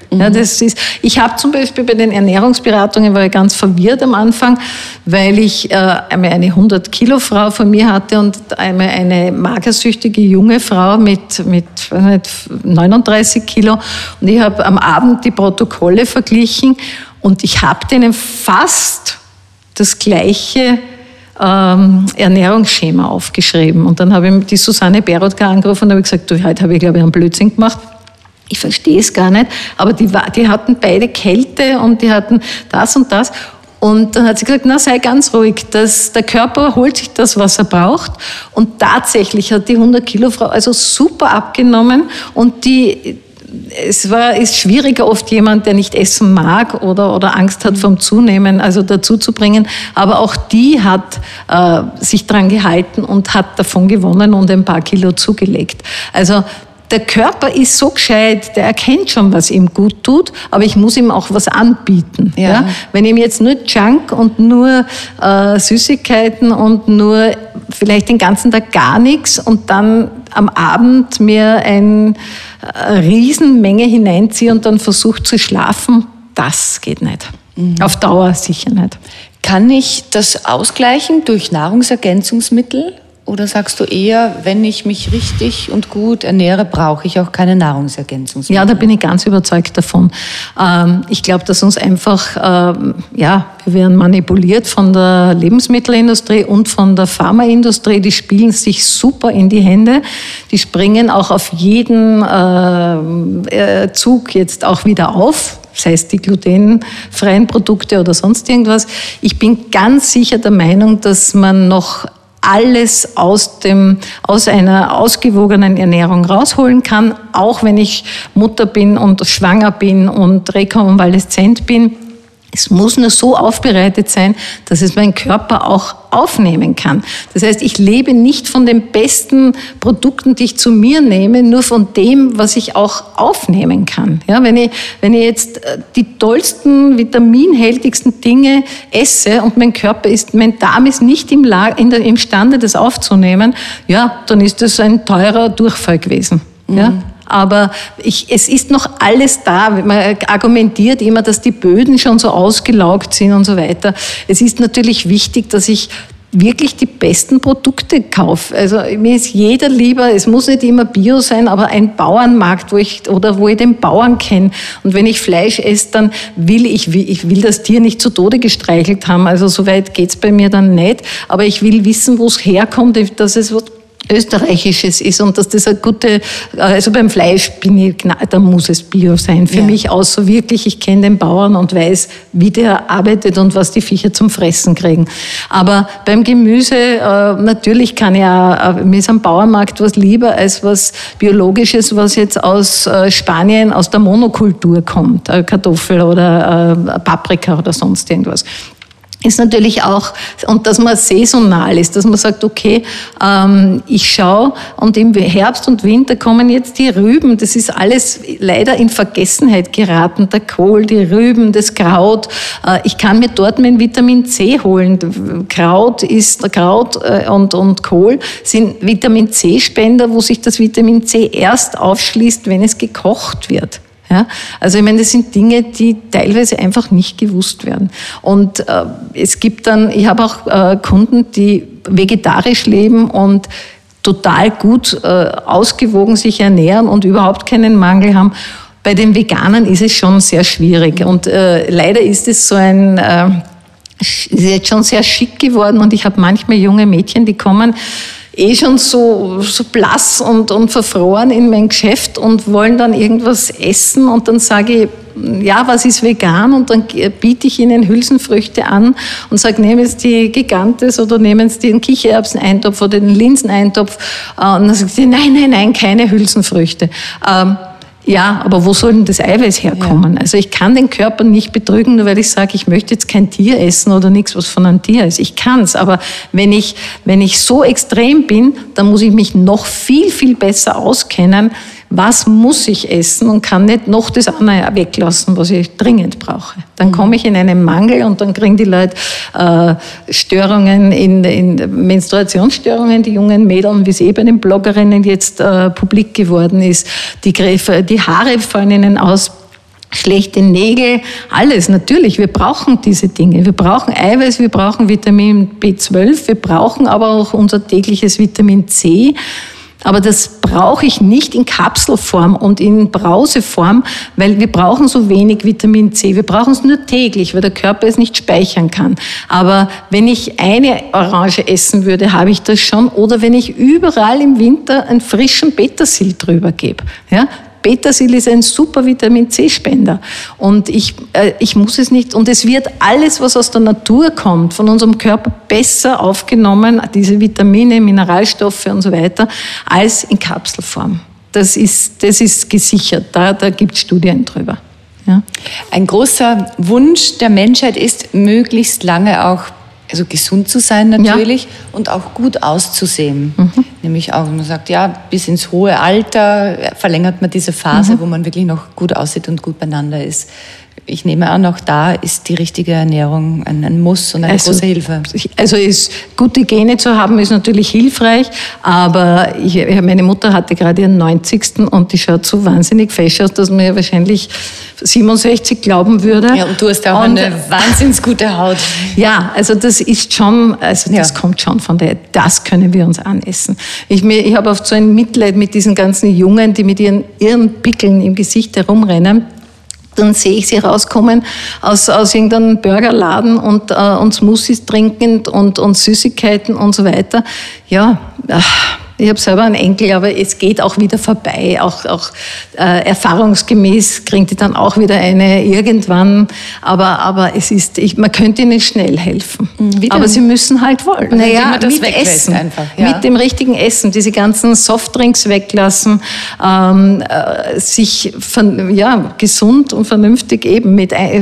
Mhm. Ja, das ist, ich habe zum Beispiel bei den Ernährungsberatungen, war ich ganz verwirrt am Anfang, weil ich äh, einmal eine hundert Kilo Frau von mir hatte und einmal eine magersüchtige junge Frau mit, mit neununddreißig Kilo. Und ich habe am Abend die Protokolle verglichen und ich habe denen fast das gleiche ähm, Ernährungsschema aufgeschrieben. Und dann habe ich die Susanne Berotka angerufen und habe gesagt, du, heute habe ich, glaube ich, einen Blödsinn gemacht. Ich verstehe es gar nicht, aber die, die hatten beide Kälte und die hatten das und das. Und dann hat sie gesagt, na, sei ganz ruhig, das, der Körper holt sich das, was er braucht. Und tatsächlich hat die hundert Kilo Frau also super abgenommen und die, es war, ist schwieriger oft jemand, der nicht essen mag oder, oder Angst hat vom Zunehmen, also dazu zu bringen. Aber auch die hat äh, sich dran gehalten und hat davon gewonnen und ein paar Kilo zugelegt. Also der Körper ist so gescheit, der erkennt schon, was ihm gut tut, aber ich muss ihm auch was anbieten. Ja. Ja? Wenn ihm jetzt nur Junk und nur äh, Süßigkeiten und nur vielleicht den ganzen Tag gar nichts und dann am Abend mir eine äh, Riesenmenge hineinziehe und dann versuche zu schlafen, das geht nicht. Mhm. Auf Dauer sicher nicht. Kann ich das ausgleichen durch Nahrungsergänzungsmittel? Oder sagst du eher, wenn ich mich richtig und gut ernähre, brauche ich auch keine Nahrungsergänzungsmittel? Ja, da bin ich ganz überzeugt davon. Ich glaube, dass uns einfach, ja, wir werden manipuliert von der Lebensmittelindustrie und von der Pharmaindustrie. Die spielen sich super in die Hände. Die springen auch auf jeden Zug jetzt auch wieder auf. Sei es die glutenfreien Produkte oder sonst irgendwas. Ich bin ganz sicher der Meinung, dass man noch alles aus dem, aus einer ausgewogenen Ernährung rausholen kann, auch wenn ich Mutter bin und schwanger bin und rekonvaleszent bin. Es muss nur so aufbereitet sein, dass es mein Körper auch aufnehmen kann. Das heißt, ich lebe nicht von den besten Produkten, die ich zu mir nehme, nur von dem, was ich auch aufnehmen kann. Ja, wenn ich, wenn ich jetzt die tollsten, vitaminhältigsten Dinge esse und mein Körper ist, mein Darm ist nicht im, La- in der, imstande, das aufzunehmen, ja, dann ist das ein teurer Durchfall gewesen. Mhm. Ja. Aber ich, es ist noch alles da. Man argumentiert immer, dass die Böden schon so ausgelaugt sind und so weiter. Es ist natürlich wichtig, dass ich wirklich die besten Produkte kaufe. Also mir ist jeder lieber, es muss nicht immer Bio sein, aber ein Bauernmarkt, wo ich, oder wo ich den Bauern kenne. Und wenn ich Fleisch esse, dann will ich, ich will das Tier nicht zu Tode gestreichelt haben. Also so weit geht's bei mir dann nicht. Aber ich will wissen, wo es herkommt, dass es Österreichisches ist und dass das eine gute, also beim Fleisch bin ich, da muss es Bio sein. Für ja. mich außer wirklich, ich kenne den Bauern und weiß, wie der arbeitet und was die Viecher zum Fressen kriegen. Aber beim Gemüse, natürlich kann ich auch, mir ist am Bauernmarkt was lieber als was Biologisches, was jetzt aus Spanien, aus der Monokultur kommt, Kartoffel oder Paprika oder sonst irgendwas. Ist natürlich auch, und dass man saisonal ist, dass man sagt, okay, ähm, ich schaue und im Herbst und Winter kommen jetzt die Rüben, das ist alles leider in Vergessenheit geraten, der Kohl, die Rüben, das Kraut, äh, ich kann mir dort mein Vitamin C holen, Kraut ist, Kraut äh, und, und Kohl sind Vitamin C-Spender, wo sich das Vitamin C erst aufschließt, wenn es gekocht wird. Ja, also ich meine, das sind Dinge, die teilweise einfach nicht gewusst werden. Und äh, es gibt dann, ich habe auch äh, Kunden, die vegetarisch leben und total gut äh, ausgewogen sich ernähren und überhaupt keinen Mangel haben. Bei den Veganern ist es schon sehr schwierig. Und äh, leider ist es so ein, äh, ist jetzt schon sehr schick geworden und ich habe manchmal junge Mädchen, die kommen eh schon so, so blass und, und verfroren in mein Geschäft und wollen dann irgendwas essen und dann sage ich, ja, was ist vegan? Und dann biete ich ihnen Hülsenfrüchte an und sage, nehmen Sie die Gigantes oder nehmen Sie den Kichererbseneintopf oder den Linseneintopf. Und dann sagt sie, nein, nein, nein, keine Hülsenfrüchte. Ähm, Ja, aber wo soll denn das Eiweiß herkommen? Ja. Also ich kann den Körper nicht betrügen, nur weil ich sage, ich möchte jetzt kein Tier essen oder nichts, was von einem Tier ist. Ich kann's, aber wenn ich, wenn ich so extrem bin, dann muss ich mich noch viel, viel besser auskennen, was muss ich essen und kann nicht noch das andere weglassen, was ich dringend brauche. Dann komme ich in einen Mangel und dann kriegen die Leute äh, Störungen, in, in Menstruationsstörungen, die jungen Mädels, wie es eh bei den Bloggerinnen jetzt äh, publik geworden ist. Die, die Haare fallen ihnen aus. schlechte Nägel, alles natürlich. Wir brauchen diese Dinge. Wir brauchen Eiweiß, wir brauchen Vitamin B zwölf, wir brauchen aber auch unser tägliches Vitamin C. Aber das brauche ich nicht in Kapselform und in Brauseform, weil wir brauchen so wenig Vitamin C. Wir brauchen es nur täglich, weil der Körper es nicht speichern kann. Aber wenn ich eine Orange essen würde, habe ich das schon. Oder wenn ich überall im Winter einen frischen Petersil drüber gebe. Ja? Petersil ist ein super Vitamin-C-Spender und ich, äh, ich muss es nicht, und es wird alles, was aus der Natur kommt, von unserem Körper besser aufgenommen, diese Vitamine, Mineralstoffe und so weiter, als in Kapselform. Das ist, das ist gesichert, da, da gibt es Studien drüber. Ja. Ein großer Wunsch der Menschheit ist, möglichst lange auch also gesund zu sein natürlich, ja, und auch gut auszusehen. Mhm. Nämlich auch, man sagt, ja, bis ins hohe Alter verlängert man diese Phase, mhm, wo man wirklich noch gut aussieht und gut beieinander ist. Ich nehme an, auch da ist die richtige Ernährung ein, ein Muss und eine also, große Hilfe. Also ist, gute Gene zu haben ist natürlich hilfreich, aber ich, meine Mutter hatte gerade ihren neunzigsten und die schaut so wahnsinnig fesch aus, dass man ja wahrscheinlich siebenundsechzig glauben würde. Ja, und du hast auch und, eine wahnsinnig gute Haut. Ja, also das ist schon, also das ja. kommt schon von der, das können wir uns anessen. Ich, ich habe oft so ein Mitleid mit diesen ganzen Jungen, die mit ihren irren Pickeln im Gesicht herumrennen. Dann sehe ich sie rauskommen aus, aus irgendeinem Burgerladen und, äh, und Smoothies trinkend und, und Süßigkeiten und so weiter. Ja, ich habe selber einen Enkel, aber es geht auch wieder vorbei. Auch, auch äh, erfahrungsgemäß kriegt die dann auch wieder eine irgendwann. Aber, aber es ist, ich, man könnte ihnen schnell helfen. Mhm, aber sie müssen halt wollen. Naja, das mit Essen. Einfach, ja. Mit dem richtigen Essen. Diese ganzen Softdrinks weglassen. Ähm, äh, sich von, ja, gesund und vernünftig eben mit, äh,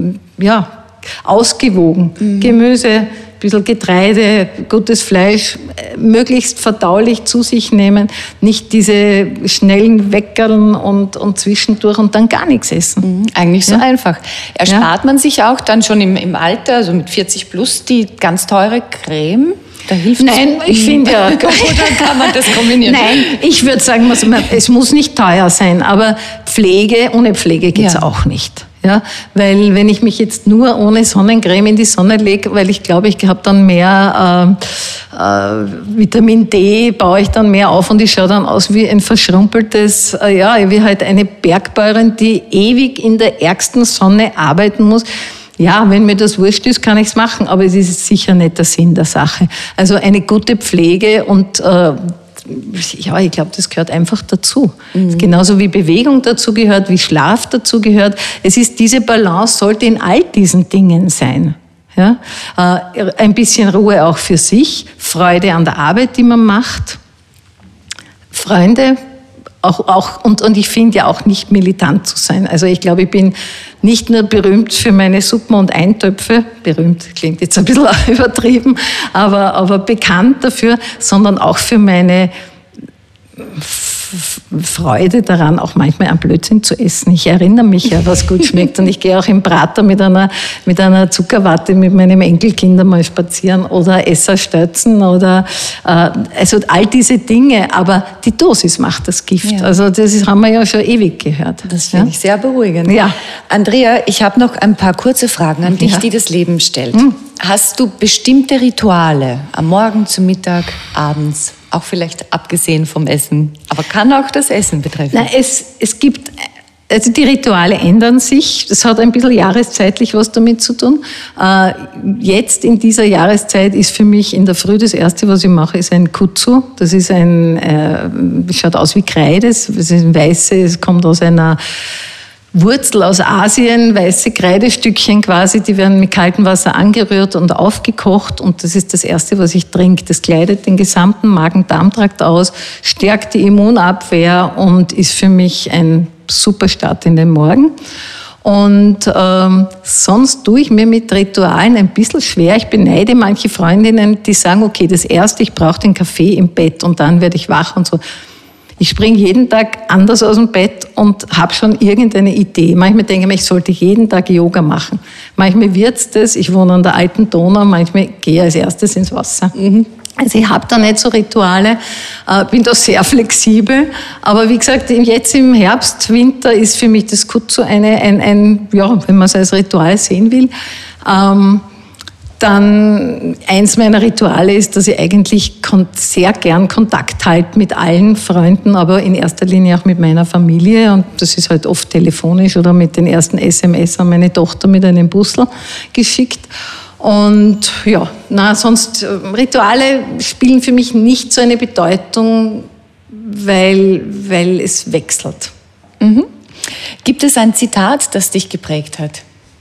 ja, ausgewogen. Mhm. Gemüse, ein bisschen Getreide, gutes Fleisch, möglichst verdaulich zu sich nehmen, nicht diese schnellen Weckerln und, und zwischendurch und dann gar nichts essen. Mhm, eigentlich so ja. einfach. Erspart ja. man sich auch dann schon im, im Alter, also mit vierzig plus, die ganz teure Creme? Da hilft Nein, ich finde ja... Oder kann man das kombinieren? Nein, ich würde sagen, es muss nicht teuer sein, aber Pflege, ohne Pflege geht es ja. auch nicht. Ja, weil wenn ich mich jetzt nur ohne Sonnencreme in die Sonne lege, weil ich glaube, ich habe dann mehr äh, äh, Vitamin D, baue ich dann mehr auf und ich schaue dann aus wie ein verschrumpeltes, äh, ja, wie halt eine Bergbäuerin, die ewig in der ärgsten Sonne arbeiten muss. Ja, wenn mir das wurscht ist, kann ich es machen, aber es ist sicher nicht der Sinn der Sache. Also eine gute Pflege und äh, ja, ich glaube, das gehört einfach dazu. Mhm. Genauso wie Bewegung dazu gehört, wie Schlaf dazu gehört. Es ist, diese Balance sollte in all diesen Dingen sein. Ja? Äh, ein bisschen Ruhe auch für sich, Freude an der Arbeit, die man macht, Freunde, auch, auch, und, und ich finde ja auch nicht militant zu sein. Also ich glaube, ich bin nicht nur berühmt für meine Suppen und Eintöpfe, berühmt klingt jetzt ein bisschen übertrieben, aber, aber bekannt dafür, sondern auch für meine Freude daran, auch manchmal einen Blödsinn zu essen. Ich erinnere mich ja, was gut schmeckt, und ich gehe auch im Prater mit einer, mit einer Zuckerwatte mit meinem Enkelkind mal spazieren oder Esserstötzen oder äh, also all diese Dinge, aber die Dosis macht das Gift. Ja. Also das ist, haben wir ja schon ewig gehört. Das finde ja? ich sehr beruhigend. Ja. Andrea, ich habe noch ein paar kurze Fragen an dich, ja. die das Leben stellt. Hm. Hast du bestimmte Rituale am Morgen, zum Mittag, abends? Auch vielleicht abgesehen vom Essen, aber kann auch das Essen betreffen? Nein, es, es gibt, also die Rituale ändern sich. Das hat ein bisschen jahreszeitlich was damit zu tun. Äh, jetzt in dieser Jahreszeit ist für mich in der Früh das Erste, was ich mache, ist ein Kutsu. Das ist ein, äh, schaut aus wie Kreide, es ist ein weiße, es kommt aus einer Wurzel aus Asien, weiße Kreidestückchen quasi, die werden mit kaltem Wasser angerührt und aufgekocht, und das ist das Erste, was ich trinke. Das kleidet den gesamten Magen-Darm-Trakt aus, stärkt die Immunabwehr und ist für mich ein super Start in den Morgen. Und ähm, sonst tue ich mir mit Ritualen ein bisschen schwer. Ich beneide manche Freundinnen, die sagen, okay, das Erste, ich brauche den Kaffee im Bett und dann werde ich wach und so. Ich springe jeden Tag anders aus dem Bett und habe schon irgendeine Idee. Manchmal denke ich, ich sollte jeden Tag Yoga machen. Manchmal wird's das, ich wohne an der alten Donau, manchmal gehe ich als erstes ins Wasser. Mhm. Also ich habe da nicht so Rituale, äh, bin da sehr flexibel. Aber wie gesagt, jetzt im Herbst, Winter ist für mich das gut so eine, ein, ein, ja, wenn man es als Ritual sehen will. Ähm, dann eins meiner Rituale ist, dass ich eigentlich sehr gern Kontakt halte mit allen Freunden, aber in erster Linie auch mit meiner Familie. Und das ist halt oft telefonisch oder mit den ersten S M S an meine Tochter mit einem Bussel geschickt. Und ja, na, sonst Rituale spielen für mich nicht so eine Bedeutung, weil, weil es wechselt. Mhm. Gibt es ein Zitat, das dich geprägt hat?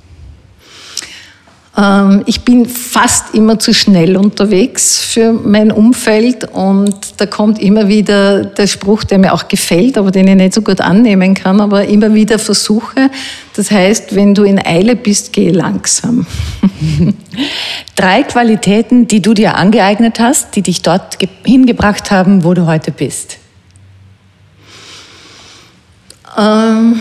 Ähm, ich bin fast immer zu schnell unterwegs für mein Umfeld und da kommt immer wieder der Spruch, der mir auch gefällt, aber den ich nicht so gut annehmen kann, aber immer wieder versuche. Das heißt, wenn du in Eile bist, geh langsam. Drei Qualitäten, die du dir angeeignet hast, die dich dort ge- hingebracht haben, wo du heute bist. Ähm,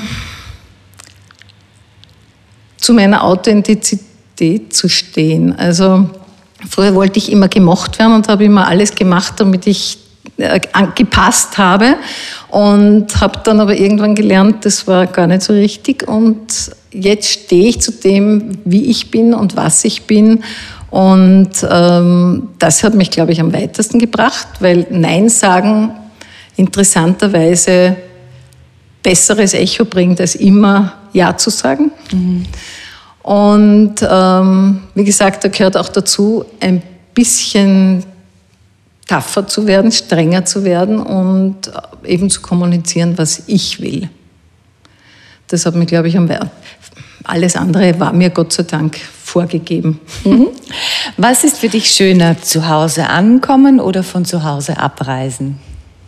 zu meiner Authentizität zu stehen. Also früher wollte ich immer gemocht werden und habe immer alles gemacht, damit ich äh, gepasst habe und habe dann aber irgendwann gelernt, das war gar nicht so richtig und jetzt stehe ich zu dem, wie ich bin und was ich bin und ähm, das hat mich, glaube ich, am weitesten gebracht, weil Nein sagen interessanterweise besseres Echo bringt, als immer Ja zu sagen. Mhm. Und ähm, wie gesagt, da gehört auch dazu, ein bisschen tougher zu werden, strenger zu werden und eben zu kommunizieren, was ich will. Das hat mir, glaube ich, am we- alles andere war mir Gott sei Dank vorgegeben. Mhm. Was ist für dich schöner, zu Hause ankommen oder von zu Hause abreisen?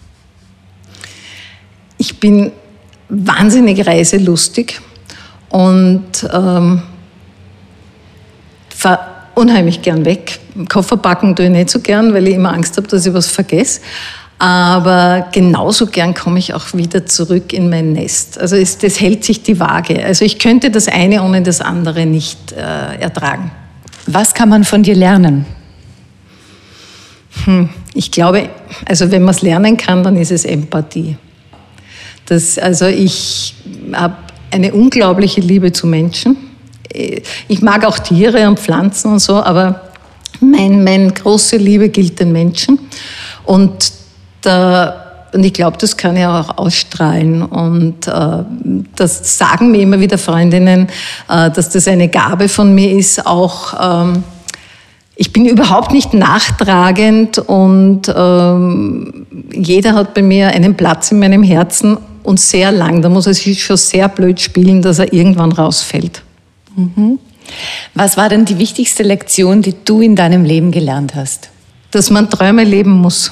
Ich bin wahnsinnig reiselustig und ähm, fahre unheimlich gern weg. Koffer packen tue ich nicht so gern, weil ich immer Angst habe, dass ich was vergesse. Aber genauso gern komme ich auch wieder zurück in mein Nest. Also es, das hält sich die Waage. Also ich könnte das eine ohne das andere nicht äh, ertragen. Was kann man von dir lernen? Hm, ich glaube, also wenn man es lernen kann, dann ist es Empathie. Das, also ich habe eine unglaubliche Liebe zu Menschen. Ich mag auch Tiere und Pflanzen und so, aber mein, meine große Liebe gilt den Menschen. Und, da, und ich glaube, das kann ich auch ausstrahlen. Und äh, das sagen mir immer wieder Freundinnen, äh, dass das eine Gabe von mir ist, auch ähm, ich bin überhaupt nicht nachtragend und ähm, jeder hat bei mir einen Platz in meinem Herzen und sehr lang. Da muss er sich schon sehr blöd spielen, dass er irgendwann rausfällt. Mhm. Was war denn die wichtigste Lektion, die du in deinem Leben gelernt hast? Dass man Träume leben muss.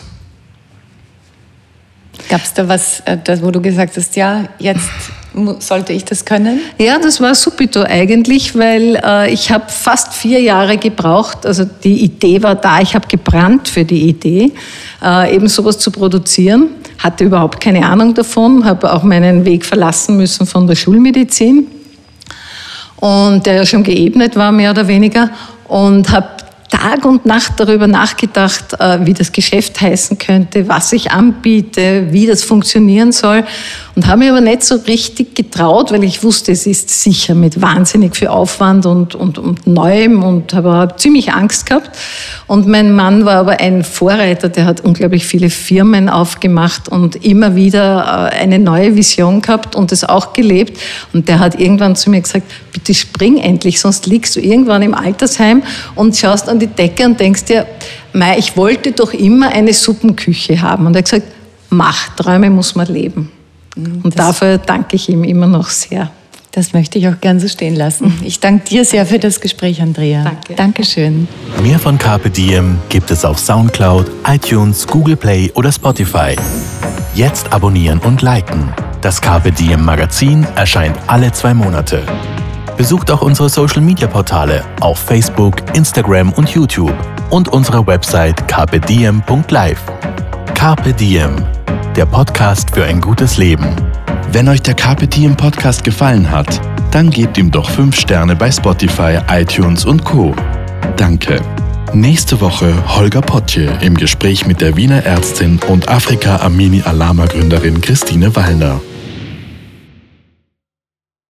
Gab es da was, wo du gesagt hast, ja, jetzt sollte ich das können? Ja, das war subito eigentlich, weil äh, ich habe fast vier Jahre gebraucht. Also die Idee war da, ich habe gebrannt für die Idee, äh, eben sowas zu produzieren. Hatte überhaupt keine Ahnung davon, habe auch meinen Weg verlassen müssen von der Schulmedizin. Und der ja schon geebnet war, mehr oder weniger. Und habe Tag und Nacht darüber nachgedacht, wie das Geschäft heißen könnte, was ich anbiete, wie das funktionieren soll. Und habe mir aber nicht so richtig getraut, weil ich wusste, es ist sicher mit wahnsinnig viel Aufwand und, und, und Neuem und habe ziemlich Angst gehabt. Und mein Mann war aber ein Vorreiter, der hat unglaublich viele Firmen aufgemacht und immer wieder eine neue Vision gehabt und das auch gelebt. Und der hat irgendwann zu mir gesagt, bitte spring endlich, sonst liegst du irgendwann im Altersheim und schaust an die Decke und denkst dir, mei, ich wollte doch immer eine Suppenküche haben. Und er hat gesagt, mach, Träume muss man leben. Und das, dafür danke ich ihm immer noch sehr. Das möchte ich auch gern so stehen lassen. Ich danke dir sehr für das Gespräch, Andrea. Danke. Dankeschön. Mehr von Carpe Diem gibt es auf Soundcloud, iTunes, Google Play oder Spotify. Jetzt abonnieren und liken. Das Carpe Diem Magazin erscheint alle zwei Monate. Besucht auch unsere Social-Media-Portale auf Facebook, Instagram und YouTube und unsere Website carpe diem punkt live. Carpe Diem, der Podcast für ein gutes Leben. Wenn euch der Carpe Diem Podcast gefallen hat, dann gebt ihm doch fünf Sterne bei Spotify, iTunes und Co. Danke. Nächste Woche Holger Potje im Gespräch mit der Wiener Ärztin und Afrika Amini Alama Gründerin Christine Wallner.